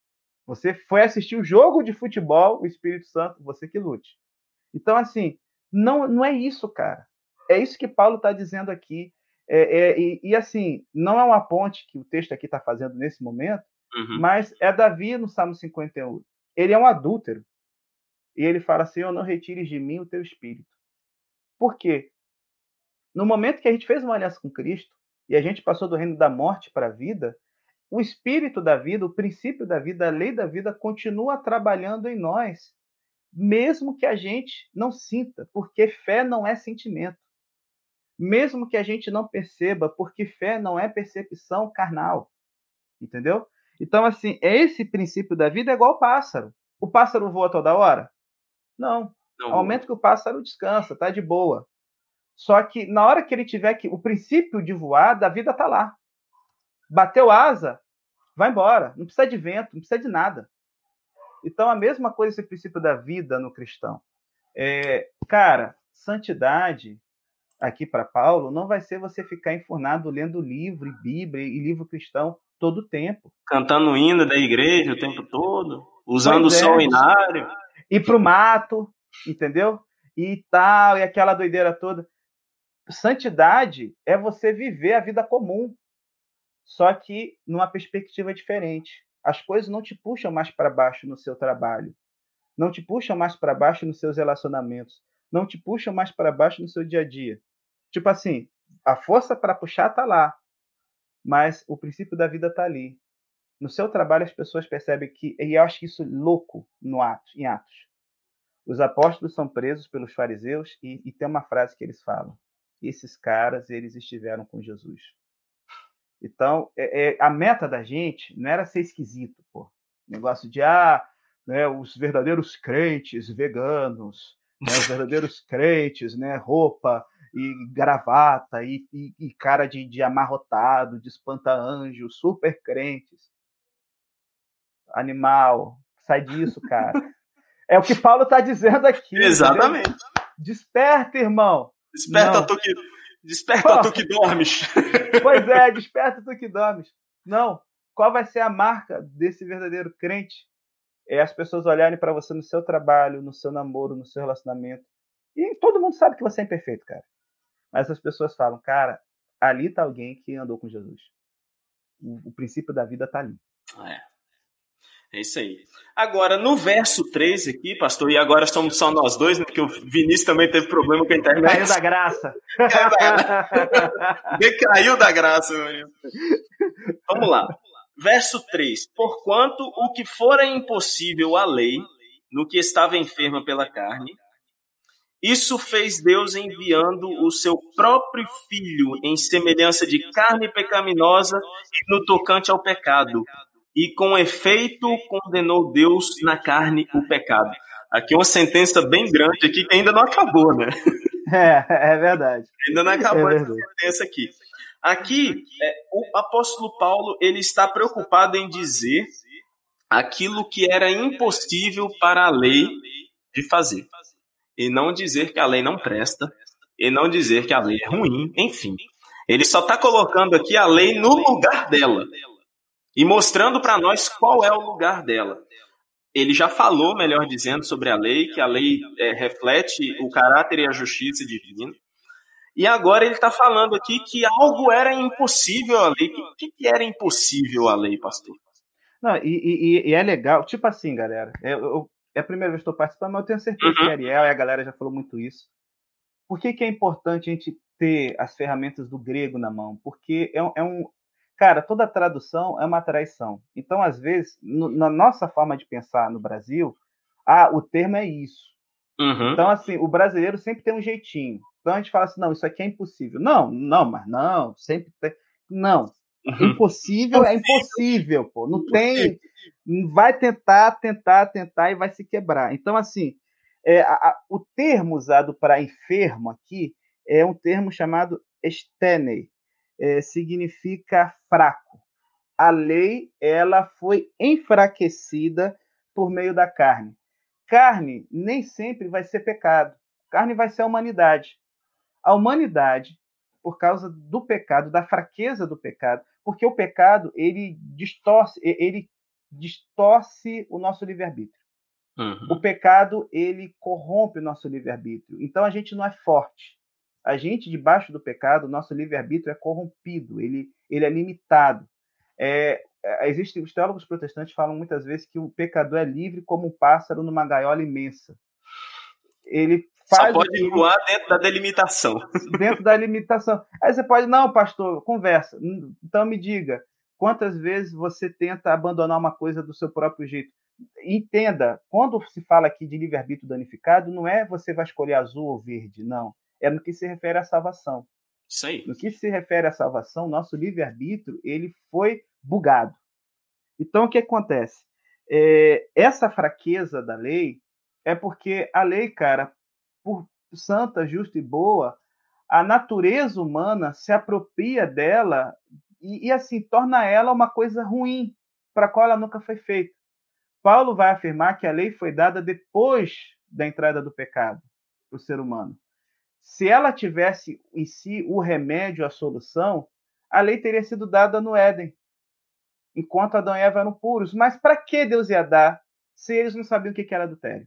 você foi assistir o jogo de futebol, o Espírito Santo, você que lute. Então, assim, não, não é isso, cara. É isso que Paulo está dizendo aqui. É, é, e, e, assim, não é uma ponte que o texto aqui está fazendo nesse momento, uhum. mas é Davi no Salmo cinquenta e um. Ele é um adúltero. E ele fala, Senhor, não retires de mim o teu espírito. Por quê? No momento que a gente fez uma aliança com Cristo, e a gente passou do reino da morte para a vida, o espírito da vida, o princípio da vida, a lei da vida continua trabalhando em nós, mesmo que a gente não sinta, porque fé não é sentimento. Mesmo que a gente não perceba, porque fé não é percepção carnal. Entendeu? Então, assim, esse princípio da vida é igual ao pássaro. O pássaro voa toda hora? Não. Não Ao momento que o pássaro descansa, tá de boa. Só que na hora que ele tiver que... O princípio de voar, da vida tá lá. Bateu asa, vai embora. Não precisa de vento, não precisa de nada. Então, a mesma coisa esse princípio da vida no cristão. É, cara, santidade, aqui para Paulo, não vai ser você ficar enfurnado lendo livro e Bíblia e livro cristão todo o tempo. Cantando o hino da igreja o tempo todo, usando Pois o é. som inário. Ir pro mato, entendeu? E tal, e aquela doideira toda. Santidade é você viver a vida comum, só que numa perspectiva diferente. As coisas não te puxam mais para baixo no seu trabalho, não te puxam mais para baixo nos seus relacionamentos, não te puxam mais para baixo no seu dia a dia. Tipo assim, a força para puxar está lá, mas o princípio da vida está ali. No seu trabalho as pessoas percebem que, e eu acho isso louco no Atos, em Atos. Os apóstolos são presos pelos fariseus e, e tem uma frase que eles falam: esses caras, eles estiveram com Jesus. Então, é, é, a meta da gente não era ser esquisito, pô. Negócio de, ah, né, os verdadeiros crentes veganos, né, os verdadeiros crentes, né, roupa e gravata e, e, e cara de, de amarrotado, de espanta-anjo, super crentes. Animal, sai disso, cara. É o que Paulo está dizendo aqui. Exatamente. Entendeu? Desperta, irmão. Desperta tu que, desperta tu que dormes. Pois é, desperta tu que dormes. Não. Qual vai ser a marca desse verdadeiro crente? É as pessoas olharem para você no seu trabalho, no seu namoro, no seu relacionamento. E todo mundo sabe que você é imperfeito, cara. Mas as pessoas falam, cara, ali tá alguém que andou com Jesus. O, o princípio da vida tá ali. É. É isso aí. Agora, no verso três aqui, pastor, e agora somos só nós dois, né, porque o Vinícius também teve problema com a internet. Caiu da graça. Decaiu da graça, meu amigo. Vamos lá. Verso três. Porquanto o que fora impossível à lei, no que estava enferma pela carne, isso fez Deus enviando o seu próprio Filho em semelhança de carne pecaminosa e no tocante ao pecado. E com efeito condenou Deus na carne o pecado. Aqui uma sentença bem grande aqui que ainda não acabou, né? É, é verdade. Ainda não acabou é essa sentença aqui. Aqui, é, o apóstolo Paulo ele está preocupado em dizer aquilo que era impossível para a lei de fazer. E não dizer que a lei não presta, e não dizer que a lei é ruim, enfim. Ele só está colocando aqui a lei no lugar dela. E mostrando para nós qual é o lugar dela. Ele já falou, melhor dizendo, sobre a lei, que a lei é, reflete o caráter e a justiça divina. E agora ele está falando aqui que algo era impossível à lei. O que, que era impossível à lei, pastor? Não, e, e, e é legal, tipo assim, galera, eu, eu, é a primeira vez que estou participando, mas eu tenho certeza uhum. que a Ariel e a galera já falou muito isso. Por que, que é importante a gente ter as ferramentas do grego na mão? Porque é, é um... Cara, toda tradução é uma traição. Então, às vezes, no, na nossa forma de pensar no Brasil, ah, o termo é isso. Uhum. Então, assim, o brasileiro sempre tem um jeitinho. Então, a gente fala assim, não, isso aqui é impossível. Não, não, mas não, sempre tem... Não, uhum. impossível é impossível, pô. Não tem... Vai tentar, tentar, tentar e vai se quebrar. Então, assim, é, a, a, o termo usado para enfermo aqui é um termo chamado estene. É, significa fraco. A lei ela foi enfraquecida por meio da carne. Carne nem sempre vai ser pecado. Carne vai ser a humanidade. A humanidade, por causa do pecado, da fraqueza do pecado, porque o pecado ele distorce, ele distorce o nosso livre-arbítrio. Uhum. O pecado ele corrompe o nosso livre-arbítrio. Então a gente não é forte. A gente, debaixo do pecado, nosso livre-arbítrio é corrompido, ele, ele é limitado. É, é, existe, os teólogos protestantes falam muitas vezes que o pecador é livre como um pássaro numa gaiola imensa. Ele faz Só pode ele, voar dentro da delimitação. Dentro da limitação. Aí você pode, não, pastor, conversa. Então me diga, quantas vezes você tenta abandonar uma coisa do seu próprio jeito? Entenda, quando se fala aqui de livre-arbítrio danificado, não é você vai escolher azul ou verde, não. É no que se refere à salvação. Isso aí. No que se refere à salvação, nosso livre-arbítrio ele foi bugado. Então, o que acontece? É, essa fraqueza da lei é porque a lei, cara, por santa, justa e boa, a natureza humana se apropria dela e, e assim, torna ela uma coisa ruim, para a qual ela nunca foi feita. Paulo vai afirmar que a lei foi dada depois da entrada do pecado para o ser humano. Se ela tivesse em si o remédio, a solução, a lei teria sido dada no Éden, enquanto Adão e Eva eram puros. Mas para que Deus ia dar se eles não sabiam o que era adultério?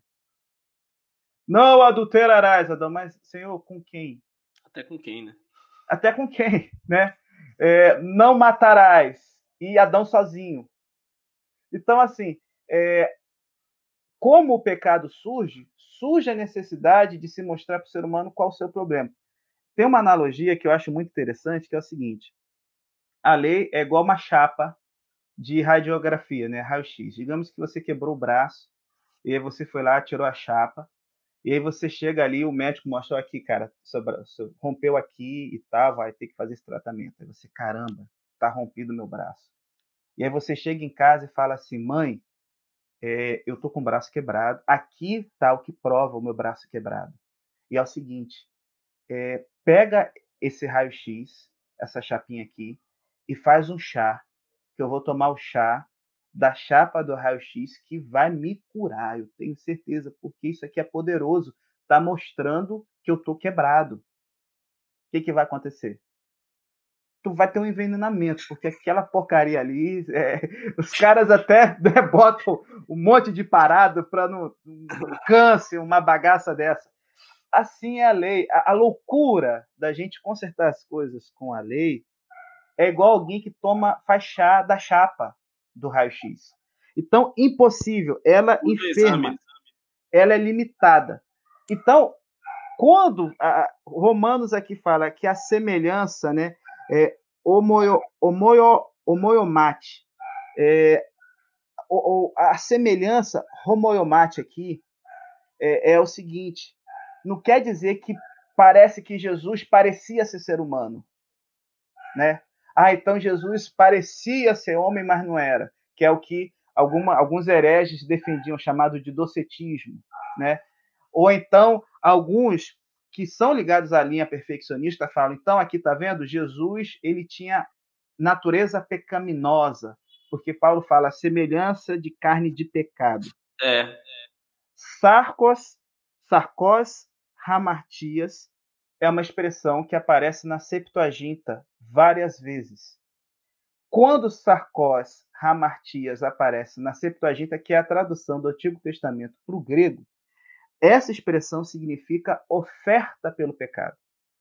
Não adulterarás, Adão, mas, Senhor, com quem? Até com quem, né? Até com quem, né? É, não matarás. E Adão sozinho. Então, assim, é, como o pecado surge, surge a necessidade de se mostrar para o ser humano qual o seu problema. Tem uma analogia que eu acho muito interessante, que é o seguinte. A lei é igual uma chapa de radiografia, né? Raio-X. Digamos que você quebrou o braço, e aí você foi lá, tirou a chapa, e aí você chega ali, o médico mostrou aqui, cara, seu braço rompeu aqui e tal, vai ter que fazer esse tratamento. Aí você, caramba, tá rompido o meu braço. E aí você chega em casa e fala assim, mãe, é, eu tô com o braço quebrado, aqui tá o que prova o meu braço quebrado. E é o seguinte, é, pega esse raio-x, essa chapinha aqui, e faz um chá, que eu vou tomar o chá da chapa do raio-x que vai me curar, eu tenho certeza, porque isso aqui é poderoso, está mostrando que eu estou quebrado. O que, que vai acontecer? Tu vai ter um envenenamento, porque aquela porcaria ali, é, os caras até né, botam um monte de parada para não um câncer, uma bagaça dessa. Assim é a lei. A, a loucura da gente consertar as coisas com a lei é igual alguém que toma, faz chá da chapa do raio-x. Então, impossível, ela enferma, ela é limitada. Então, quando a, Romanos aqui fala que a semelhança, né, é homoio, homoio, homoiomate, é, o, o, a semelhança homoiomate aqui é, é o seguinte, não quer dizer que parece que Jesus parecia ser ser humano, né? Ah, então Jesus parecia ser homem, mas não era, que é o que alguma, alguns hereges defendiam, chamado de docetismo, né? Ou então alguns que são ligados à linha perfeccionista falam, então aqui está vendo, Jesus ele tinha natureza pecaminosa, porque Paulo fala semelhança de carne de pecado. É. Sarcos, sarcos hamartias é uma expressão que aparece na Septuaginta várias vezes. Quando sarcos hamartias aparece na Septuaginta, que é a tradução do Antigo Testamento para o grego, essa expressão significa oferta pelo pecado.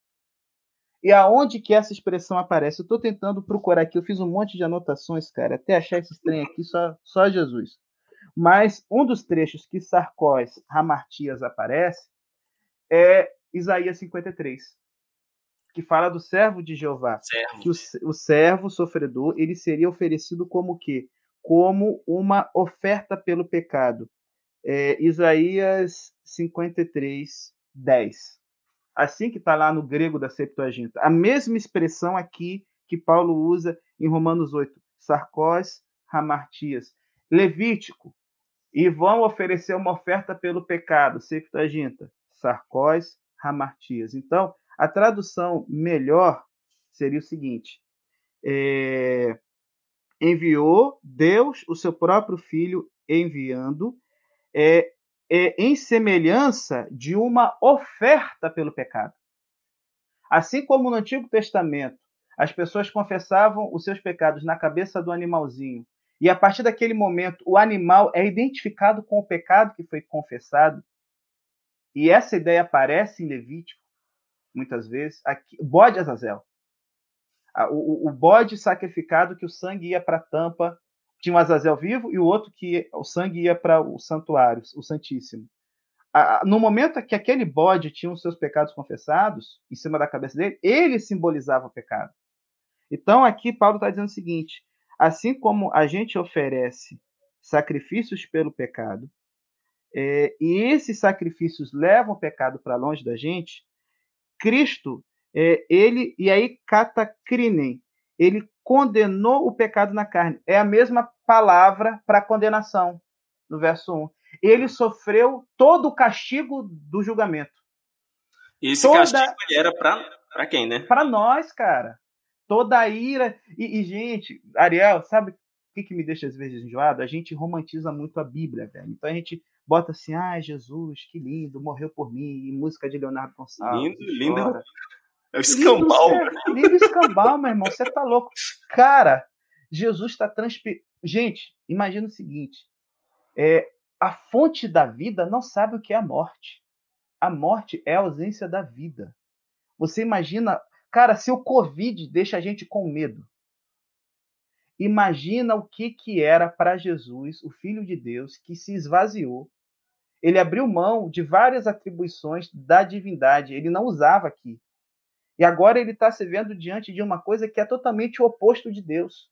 E aonde que essa expressão aparece? Eu estou tentando procurar aqui, eu fiz um monte de anotações, cara, até achar esse trem aqui, só, só Jesus. Mas um dos trechos que sarcos hamartias aparece é Isaías cinquenta e três, que fala do servo de Jeová, Servo. que o, o servo sofredor ele seria oferecido como o quê? Como uma oferta pelo pecado. É, Isaías cinquenta e três, dez. Assim que está lá no grego da Septuaginta. A mesma expressão aqui que Paulo usa em Romanos oito, sarcos hamartias. Levítico, e vão oferecer uma oferta pelo pecado, Septuaginta, sarcos hamartias. Então, a tradução melhor seria o seguinte, é, enviou Deus o seu próprio Filho enviando, é, é, em semelhança de uma oferta pelo pecado. Assim como no Antigo Testamento, as pessoas confessavam os seus pecados na cabeça do animalzinho, e a partir daquele momento o animal é identificado com o pecado que foi confessado, e essa ideia aparece em Levítico, muitas vezes, aqui, o bode Azazel. O, o, o bode sacrificado que o sangue ia para a tampa, tinha um Azazel vivo e o outro que o sangue ia para o santuário, o Santíssimo. No momento que aquele bode tinha os seus pecados confessados em cima da cabeça dele, ele simbolizava o pecado. Então aqui Paulo está dizendo o seguinte, assim como a gente oferece sacrifícios pelo pecado, é, e esses sacrifícios levam o pecado para longe da gente, Cristo, é, ele, e aí catacrinem, ele condenou o pecado na carne. É a mesma palavra para condenação, no verso um. Ele sofreu todo o castigo do julgamento. E esse Toda... castigo ele era para quem, né? Para nós, cara. Toda a ira. E, e, gente, Ariel, sabe o que, que me deixa às vezes enjoado? A gente romantiza muito a Bíblia, velho. Então a gente bota assim, ah, Jesus, que lindo, morreu por mim, e música de Leonardo Gonçalves. Lindo, lindo. É o escambau. Lindo, lindo escambau, meu irmão. Você tá louco. Cara, Jesus está transpirando. Gente, imagina o seguinte. É, a fonte da vida não sabe o que é a morte. A morte é a ausência da vida. Você imagina... Cara, se o Covid deixa a gente com medo, imagina o que, que era para Jesus, o Filho de Deus, que se esvaziou. Ele abriu mão de várias atribuições da divindade. Ele não usava aqui. E agora ele está se vendo diante de uma coisa que é totalmente o oposto de Deus.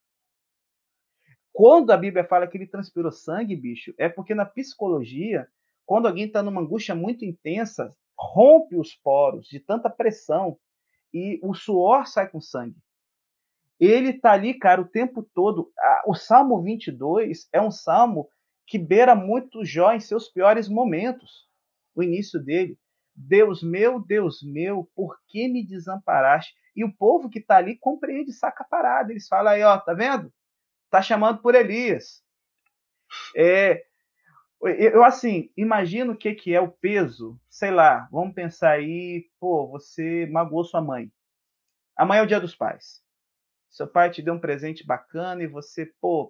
Quando a Bíblia fala que ele transpirou sangue, bicho, é porque na psicologia, quando alguém está numa angústia muito intensa, rompe os poros de tanta pressão e o suor sai com sangue. Ele está ali, cara, o tempo todo. O Salmo vinte e dois é um salmo que beira muito Jó em seus piores momentos. O início dele. Deus meu, Deus meu, por que me desamparaste? E o povo que está ali compreende, saca parada. Eles falam aí, ó, tá vendo? Tá chamando por Elias. É, eu, assim, imagino o que, que é o peso, sei lá, vamos pensar aí, pô, você magoou sua mãe. Amanhã é o dia dos pais. Seu pai te deu um presente bacana e você, pô,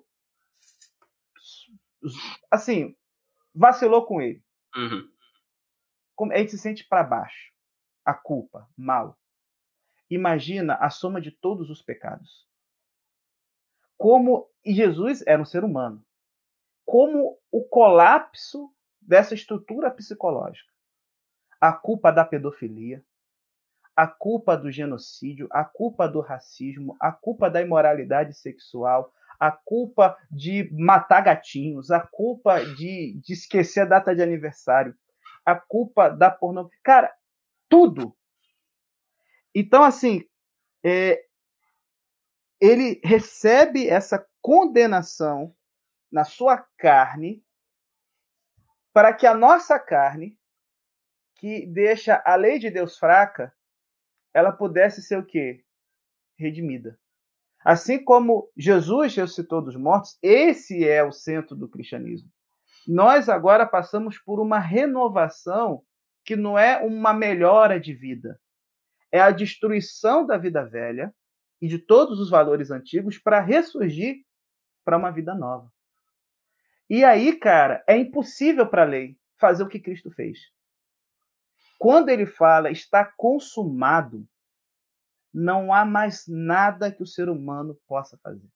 assim, vacilou com ele. Uhum. A gente se sente para baixo. A culpa, mal. Imagina a soma de todos os pecados. Como e Jesus era um ser humano. como o colapso dessa estrutura psicológica. A culpa da pedofilia, a culpa do genocídio, a culpa do racismo, a culpa da imoralidade sexual, a culpa de matar gatinhos, a culpa de, de esquecer a data de aniversário, a culpa da pornografia. Cara, tudo. Então, assim, é, ele recebe essa condenação na sua carne para que a nossa carne, que deixa a lei de Deus fraca, ela pudesse ser o quê? Redimida. Assim como Jesus ressuscitou dos mortos, esse é o centro do cristianismo. Nós agora passamos por uma renovação que não é uma melhora de vida. É a destruição da vida velha e de todos os valores antigos para ressurgir para uma vida nova. E aí, cara, é impossível para a lei fazer o que Cristo fez. Quando ele fala está consumado, não há mais nada que o ser humano possa fazer.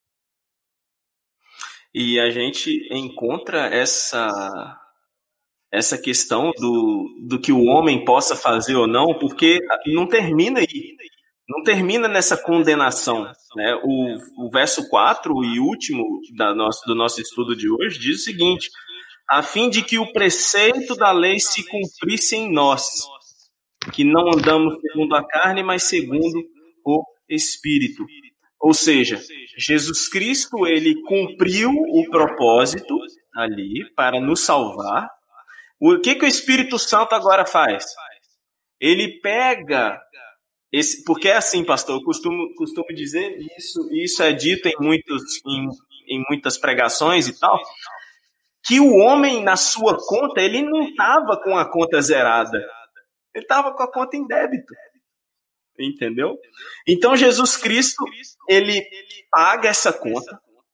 E a gente encontra essa, essa questão do, do que o homem possa fazer ou não, porque não termina aí. Não termina nessa condenação. Né? O, o verso quatro e último da nosso, do nosso estudo de hoje diz o seguinte: a fim de que o preceito da lei se cumprisse em nós, que não andamos segundo a carne, mas segundo o Espírito. Ou seja, Jesus Cristo, ele cumpriu o propósito ali para nos salvar. O que, que o Espírito Santo agora faz? Ele pega... Esse, porque é assim, pastor, eu costumo, costumo dizer, isso, isso é dito em, muitos, em, em muitas pregações e tal, que o homem, na sua conta, ele não estava com a conta zerada. Ele estava com a conta em débito. Entendeu? Então, Jesus Cristo, ele paga essa conta.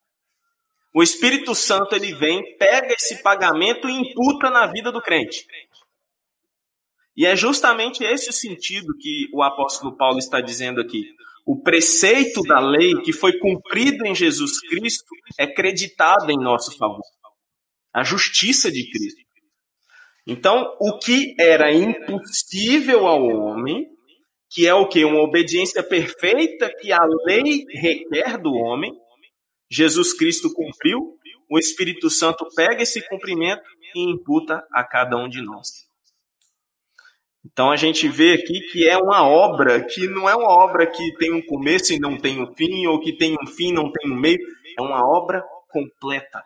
O Espírito Santo, ele vem, pega esse pagamento e imputa na vida do crente. E é justamente esse o sentido que o apóstolo Paulo está dizendo aqui. O preceito da lei que foi cumprido em Jesus Cristo é creditado em nosso favor. A justiça de Cristo. Então, o que era impossível ao homem, que é o quê? Uma obediência perfeita que a lei requer do homem, Jesus Cristo cumpriu, o Espírito Santo pega esse cumprimento e imputa a cada um de nós. Então a gente vê aqui que é uma obra que não é uma obra que tem um começo e não tem um fim, ou que tem um fim e não tem um meio, é uma obra completa.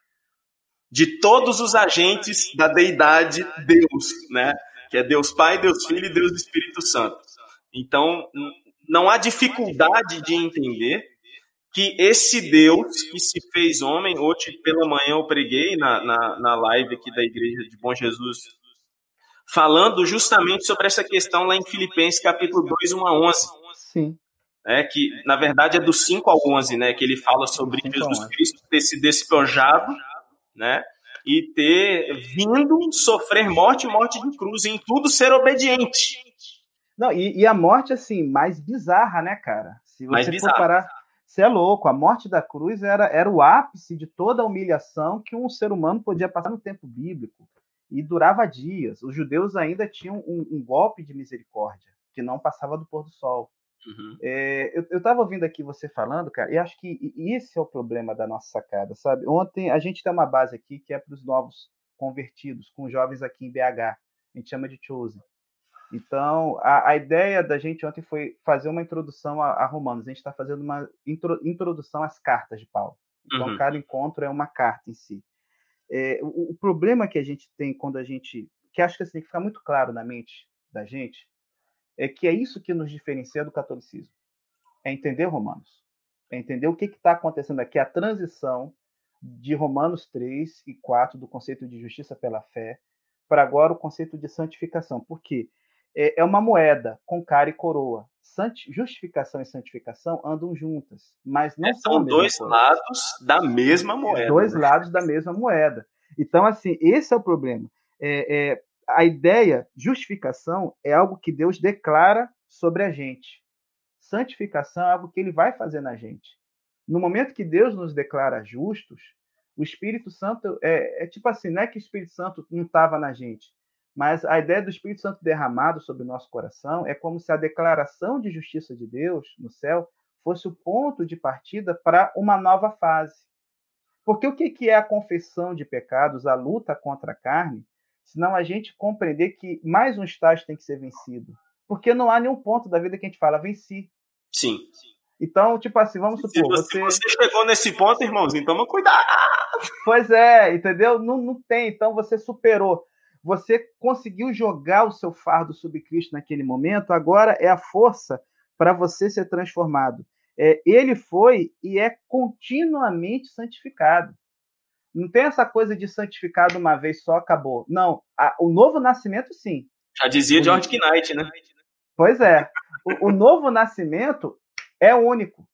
De todos os agentes da deidade Deus, né? Que é Deus Pai, Deus Filho e Deus Espírito Santo. Então, não há dificuldade de entender que esse Deus que se fez homem, hoje pela manhã eu preguei na, na, na live aqui da Igreja de Bom Jesus, falando justamente sobre essa questão lá em Filipenses capítulo dois, um a onze. Sim. É, que, na verdade, é do cinco ao onze, né? Que ele fala sobre Jesus Cristo ter se despojado, né? E ter vindo sofrer morte, morte de cruz, e em tudo ser obediente. Não, e, e a morte, assim, mais bizarra, né, cara? Se mais você bizarra. for parar, você é louco. A morte da cruz era, era o ápice de toda a humilhação que um ser humano podia passar no tempo bíblico. E durava dias. Os judeus ainda tinham um, um golpe de misericórdia, que não passava do pôr do sol. Uhum. É, eu estava ouvindo aqui você falando, cara, e acho que esse é o problema da nossa sacada, sabe? Ontem a gente tem uma base aqui que é para os novos convertidos, com jovens aqui em B H. A gente chama de Chosen. Então, a, a ideia da gente ontem foi fazer uma introdução a, a Romanos. A gente está fazendo uma intro, introdução às cartas de Paulo. Então, uhum. Cada encontro é uma carta em si. É, o, o problema que a gente tem quando a gente... Que acho que assim, tem que ficar muito claro na mente da gente, é que é isso que nos diferencia do catolicismo. É entender Romanos. É entender o que está acontecendo aqui, a transição de Romanos três e quatro, do conceito de justiça pela fé, para agora o conceito de santificação. Por quê? É uma moeda com cara e coroa. Justificação e santificação andam juntas, mas não é, são, são dois coisa. lados da mesma moeda. Dois né? lados da mesma moeda. Então, assim, esse é o problema. É, é, a ideia, justificação, é algo que Deus declara sobre a gente. Santificação é algo que ele vai fazer na gente. No momento que Deus nos declara justos, O Espírito Santo é, é tipo assim, não é que o Espírito Santo não estava na gente, mas a ideia do Espírito Santo derramado sobre o nosso coração é como se a declaração de justiça de Deus no céu fosse o ponto de partida para uma nova fase. Porque o que é a confissão de pecados, a luta contra a carne, senão a gente compreender que mais um estágio tem que ser vencido? Porque não há nenhum ponto da vida que a gente fala, venci. Sim. Então, tipo assim, vamos supor... Se você, você... você chegou nesse ponto, irmãozinho, toma cuidado! Pois é, entendeu? Não, não tem, então você superou. Você conseguiu jogar o seu fardo sobre Cristo naquele momento, agora é a força para você ser transformado. É, ele foi e é continuamente santificado. Não tem essa coisa de santificado uma vez só, acabou. Não, a, o novo nascimento, sim. Já dizia o, George Knight, né? Pois é. O, o novo nascimento é único.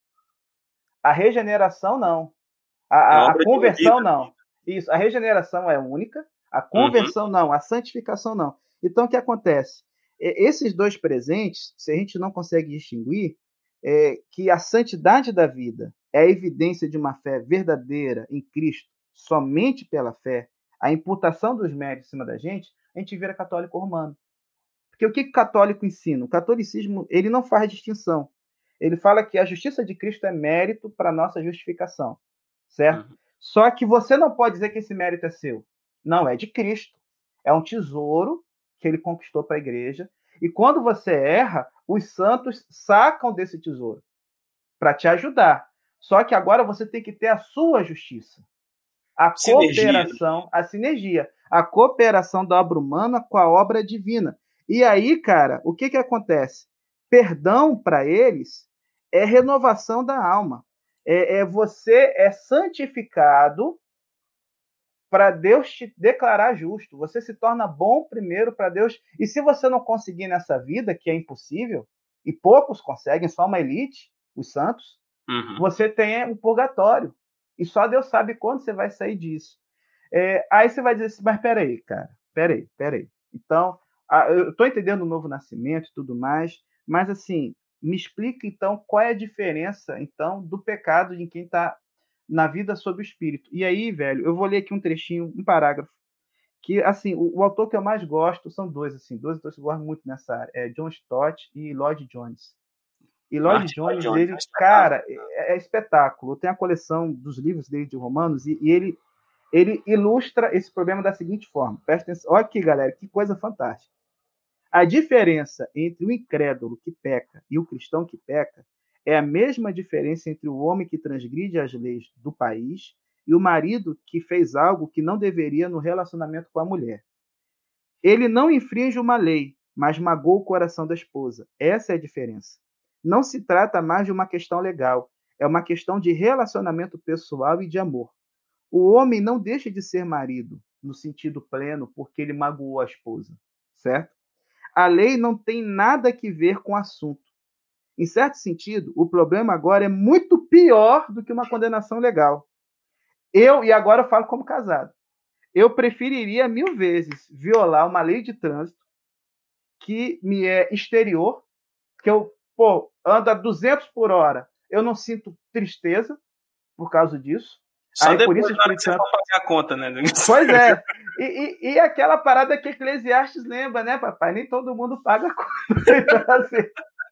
A regeneração, não. A, a, a conversão, não. Isso, a regeneração é única, a conversão, uhum. não. A santificação, não. Então, o que acontece? Esses dois presentes, se a gente não consegue distinguir, é que a santidade da vida é a evidência de uma fé verdadeira em Cristo, somente pela fé, a imputação dos méritos em cima da gente, a gente vira católico romano. Porque o que o católico ensina? O catolicismo, ele não faz distinção. Ele fala que a justiça de Cristo é mérito para a nossa justificação, certo? Uhum. Só que você não pode dizer que esse mérito é seu. Não, é de Cristo. É um tesouro que ele conquistou para a igreja. E quando você erra, os santos sacam desse tesouro para te ajudar. Só que agora você tem que ter a sua justiça. A sinergia. cooperação, a sinergia. A cooperação da obra humana com a obra divina. E aí, cara, o que, que acontece? Perdão para eles é renovação da alma. É, é você é santificado para Deus te declarar justo. Você se torna bom primeiro para Deus. E se você não conseguir nessa vida, que é impossível, e poucos conseguem, só uma elite, os santos, uhum. você tem o purgatório. E só Deus sabe quando você vai sair disso. É, aí você vai dizer assim, mas peraí, cara, peraí, peraí. Então, eu estou entendendo o novo nascimento e tudo mais, mas assim, me explica então qual é a diferença então do pecado de quem está na vida sob o Espírito. E aí, velho, eu vou ler aqui um trechinho, um parágrafo, que, assim, o, o autor que eu mais gosto são dois, assim, dois autores que eu gosto muito nessa área, é John Stott e Lloyd Jones. E Lloyd Martin Jones, Jones, ele, é cara, é, é espetáculo. Tem a coleção dos livros dele de Romanos e, e ele, ele ilustra esse problema da seguinte forma. Presta atenção. Olha aqui, galera, que coisa fantástica. A diferença entre o incrédulo que peca e o cristão que peca é a mesma diferença entre o homem que transgride as leis do país e o marido que fez algo que não deveria no relacionamento com a mulher. Ele não infringe uma lei, mas magoa o coração da esposa. Essa é a diferença. Não se trata mais de uma questão legal, é uma questão de relacionamento pessoal e de amor. O homem não deixa de ser marido, no sentido pleno, porque ele magoou a esposa, certo? A lei não tem nada a ver com o assunto. Em certo sentido, o problema agora é muito pior do que uma condenação legal. Eu, e agora eu falo como casado, eu preferiria mil vezes violar uma lei de trânsito que me é exterior, que eu, pô, ando a duzentos por hora, eu não sinto tristeza por causa disso. Só Aí, depois por isso, na hora que você for pagar a conta, né? Pois é. E, e, e aquela parada que Eclesiastes lembra, né, papai? Nem todo mundo paga a conta. Então, assim,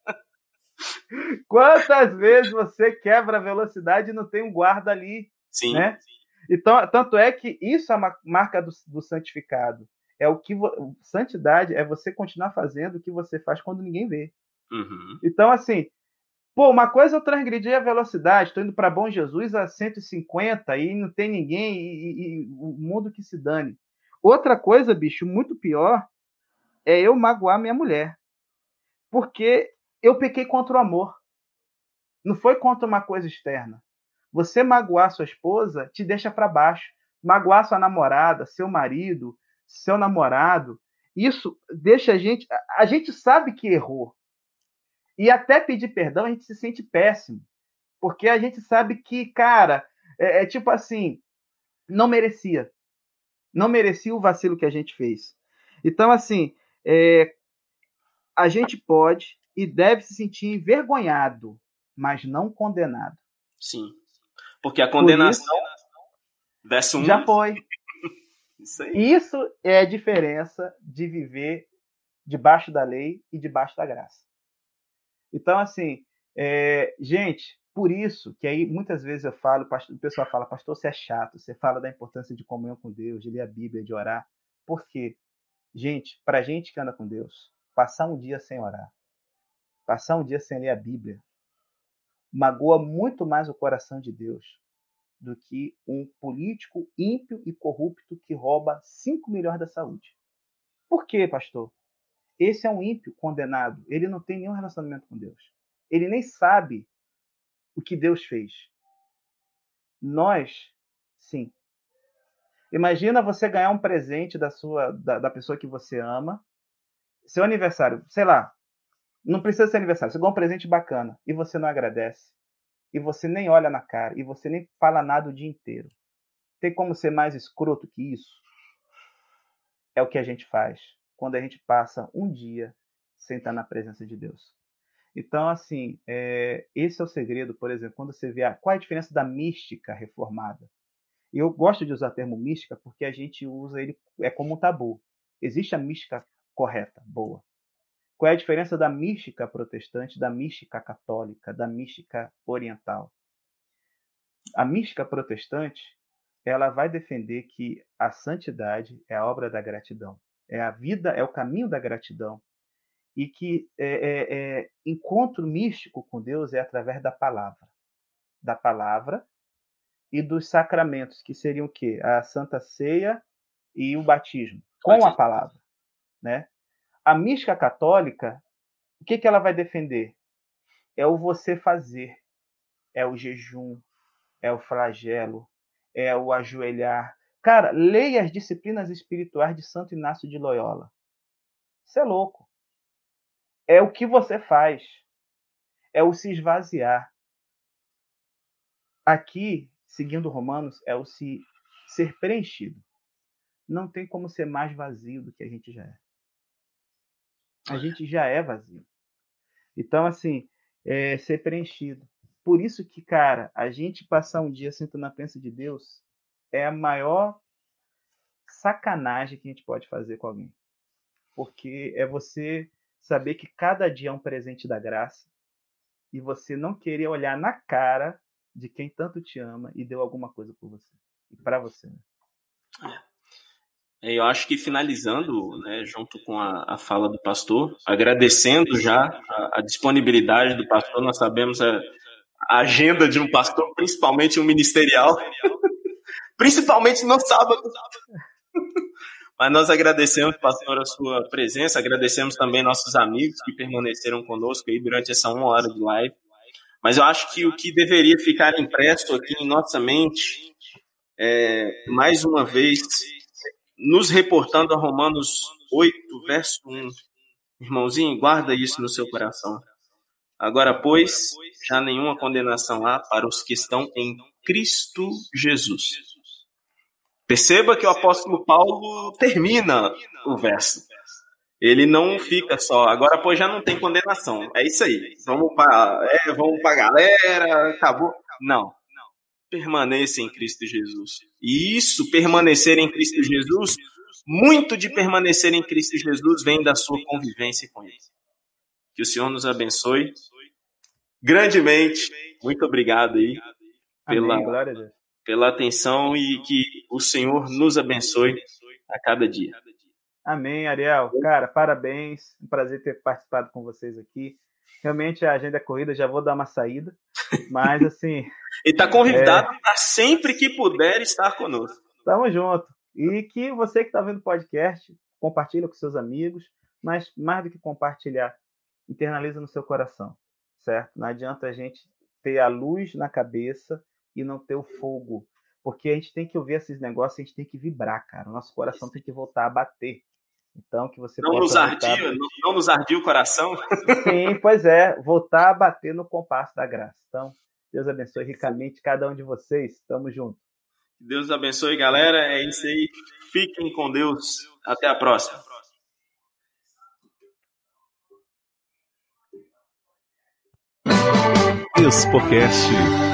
quantas vezes você quebra a velocidade e não tem um guarda ali? Sim. Né? Sim. Então, tanto é que isso é uma marca do, do santificado. É o que vo... Santidade é você continuar fazendo o que você faz quando ninguém vê. Uhum. Então, assim, pô, uma coisa eu transgredi a velocidade, estou indo para Bom Jesus a cento e cinquenta e não tem ninguém e, e, e o mundo que se dane. Outra coisa, bicho, muito pior, é eu magoar minha mulher. Porque eu pequei contra o amor. Não foi contra uma coisa externa. Você magoar sua esposa te deixa para baixo. Magoar sua namorada, seu marido, seu namorado, isso deixa a gente... A gente sabe que errou. E até pedir perdão a gente se sente péssimo. Porque a gente sabe que, cara, é, é tipo assim, não merecia. Não merecia o vacilo que a gente fez. Então, assim, é, a gente pode e deve se sentir envergonhado, mas não condenado. Sim. Porque a condenação, Verso um. Já foi. Isso aí. Isso é a diferença de viver debaixo da lei e debaixo da graça. Então, assim, é, gente, por isso que aí muitas vezes eu falo, pastor, o pessoal fala, pastor, você é chato, você fala da importância de comunhão com Deus, de ler a Bíblia, de orar. Por quê? Gente, pra gente que anda com Deus, passar um dia sem orar, passar um dia sem ler a Bíblia, magoa muito mais o coração de Deus do que um político ímpio e corrupto que rouba cinco milhões da saúde. Por quê, pastor? Esse é um ímpio condenado. Ele não tem nenhum relacionamento com Deus. Ele nem sabe o que Deus fez. Nós, sim. Imagina você ganhar um presente da, sua, da, da pessoa que você ama. Seu aniversário, sei lá, não precisa ser aniversário. Você ganhou um presente bacana e você não agradece. E você nem olha na cara. E você nem fala nada o dia inteiro. Tem como ser mais escroto que isso? É o que a gente faz quando a gente passa um dia sem estar na presença de Deus. Então, assim, é, esse é o segredo, por exemplo, quando você vê a, qual é a diferença da mística reformada. E eu gosto de usar o termo mística porque a gente usa ele é como um tabu. Existe a mística correta, boa. Qual é a diferença da mística protestante, da mística católica, da mística oriental? A mística protestante, ela vai defender que a santidade é a obra da gratidão. É a vida, é o caminho da gratidão. E que é, é, é, encontro místico com Deus é através da palavra. Da palavra e dos sacramentos, que seriam o quê? A Santa Ceia e o batismo, com a palavra. Né? A mística católica, o que, que ela vai defender? É o você fazer. É o jejum, é o flagelo, é o ajoelhar. Cara, leia as disciplinas espirituais de Santo Inácio de Loyola. Isso é louco. É o que você faz. É o se esvaziar. Aqui, seguindo Romanos, é o se ser preenchido. Não tem como ser mais vazio do que a gente já é. A gente já é vazio. Então, assim, é ser preenchido. Por isso que, cara, a gente passar um dia sentando na presença de Deus é a maior sacanagem que a gente pode fazer com alguém. Porque é você saber que cada dia é um presente da graça e você não querer olhar na cara de quem tanto te ama e deu alguma coisa por você e para você. É, eu acho que finalizando, né, junto com a, a fala do pastor, agradecendo já a, a disponibilidade do pastor, nós sabemos a, a agenda de um pastor, principalmente um ministerial, principalmente no sábado. Mas nós agradecemos, pastor, a sua presença, agradecemos também nossos amigos que permaneceram conosco aí durante essa uma hora de live. Mas eu acho que o que deveria ficar impresso aqui em nossa mente é, mais uma vez, nos reportando a Romanos oito, verso um. Irmãozinho, guarda isso no seu coração. Agora, pois, já nenhuma condenação há para os que estão em Cristo Jesus. Perceba que o apóstolo Paulo termina o verso. Ele não fica só, agora, pois, já não tem condenação. É isso aí. Vamos para é, vamos para a galera, acabou. Não. Permaneça em Cristo Jesus. E isso, permanecer em Cristo Jesus, muito de permanecer em Cristo Jesus vem da sua convivência com Ele. Que o Senhor nos abençoe grandemente. Muito obrigado aí pela, Amém, glória a Deus. pela atenção e que o Senhor nos abençoe a cada dia. Amém, Ariel. Cara, parabéns. Um prazer ter participado com vocês aqui. Realmente a agenda é corrida, já vou dar uma saída. Mas, assim... Ele está convidado é... para sempre que puder estar conosco. Tamo junto. E que você que está vendo o podcast, compartilha com seus amigos, mas mais do que compartilhar, internaliza no seu coração, certo? Não adianta a gente ter a luz na cabeça e não ter o fogo. Porque a gente tem que ouvir esses negócios, a gente tem que vibrar, cara. O nosso coração tem que voltar a bater. Então, que você não nos ardia, a... não, não nos ardia o coração? Sim, pois é. Voltar a bater no compasso da graça. Então, Deus abençoe ricamente cada um de vocês. Tamo junto. Deus abençoe, galera. É isso aí. Fiquem com Deus. Até a próxima. Expocast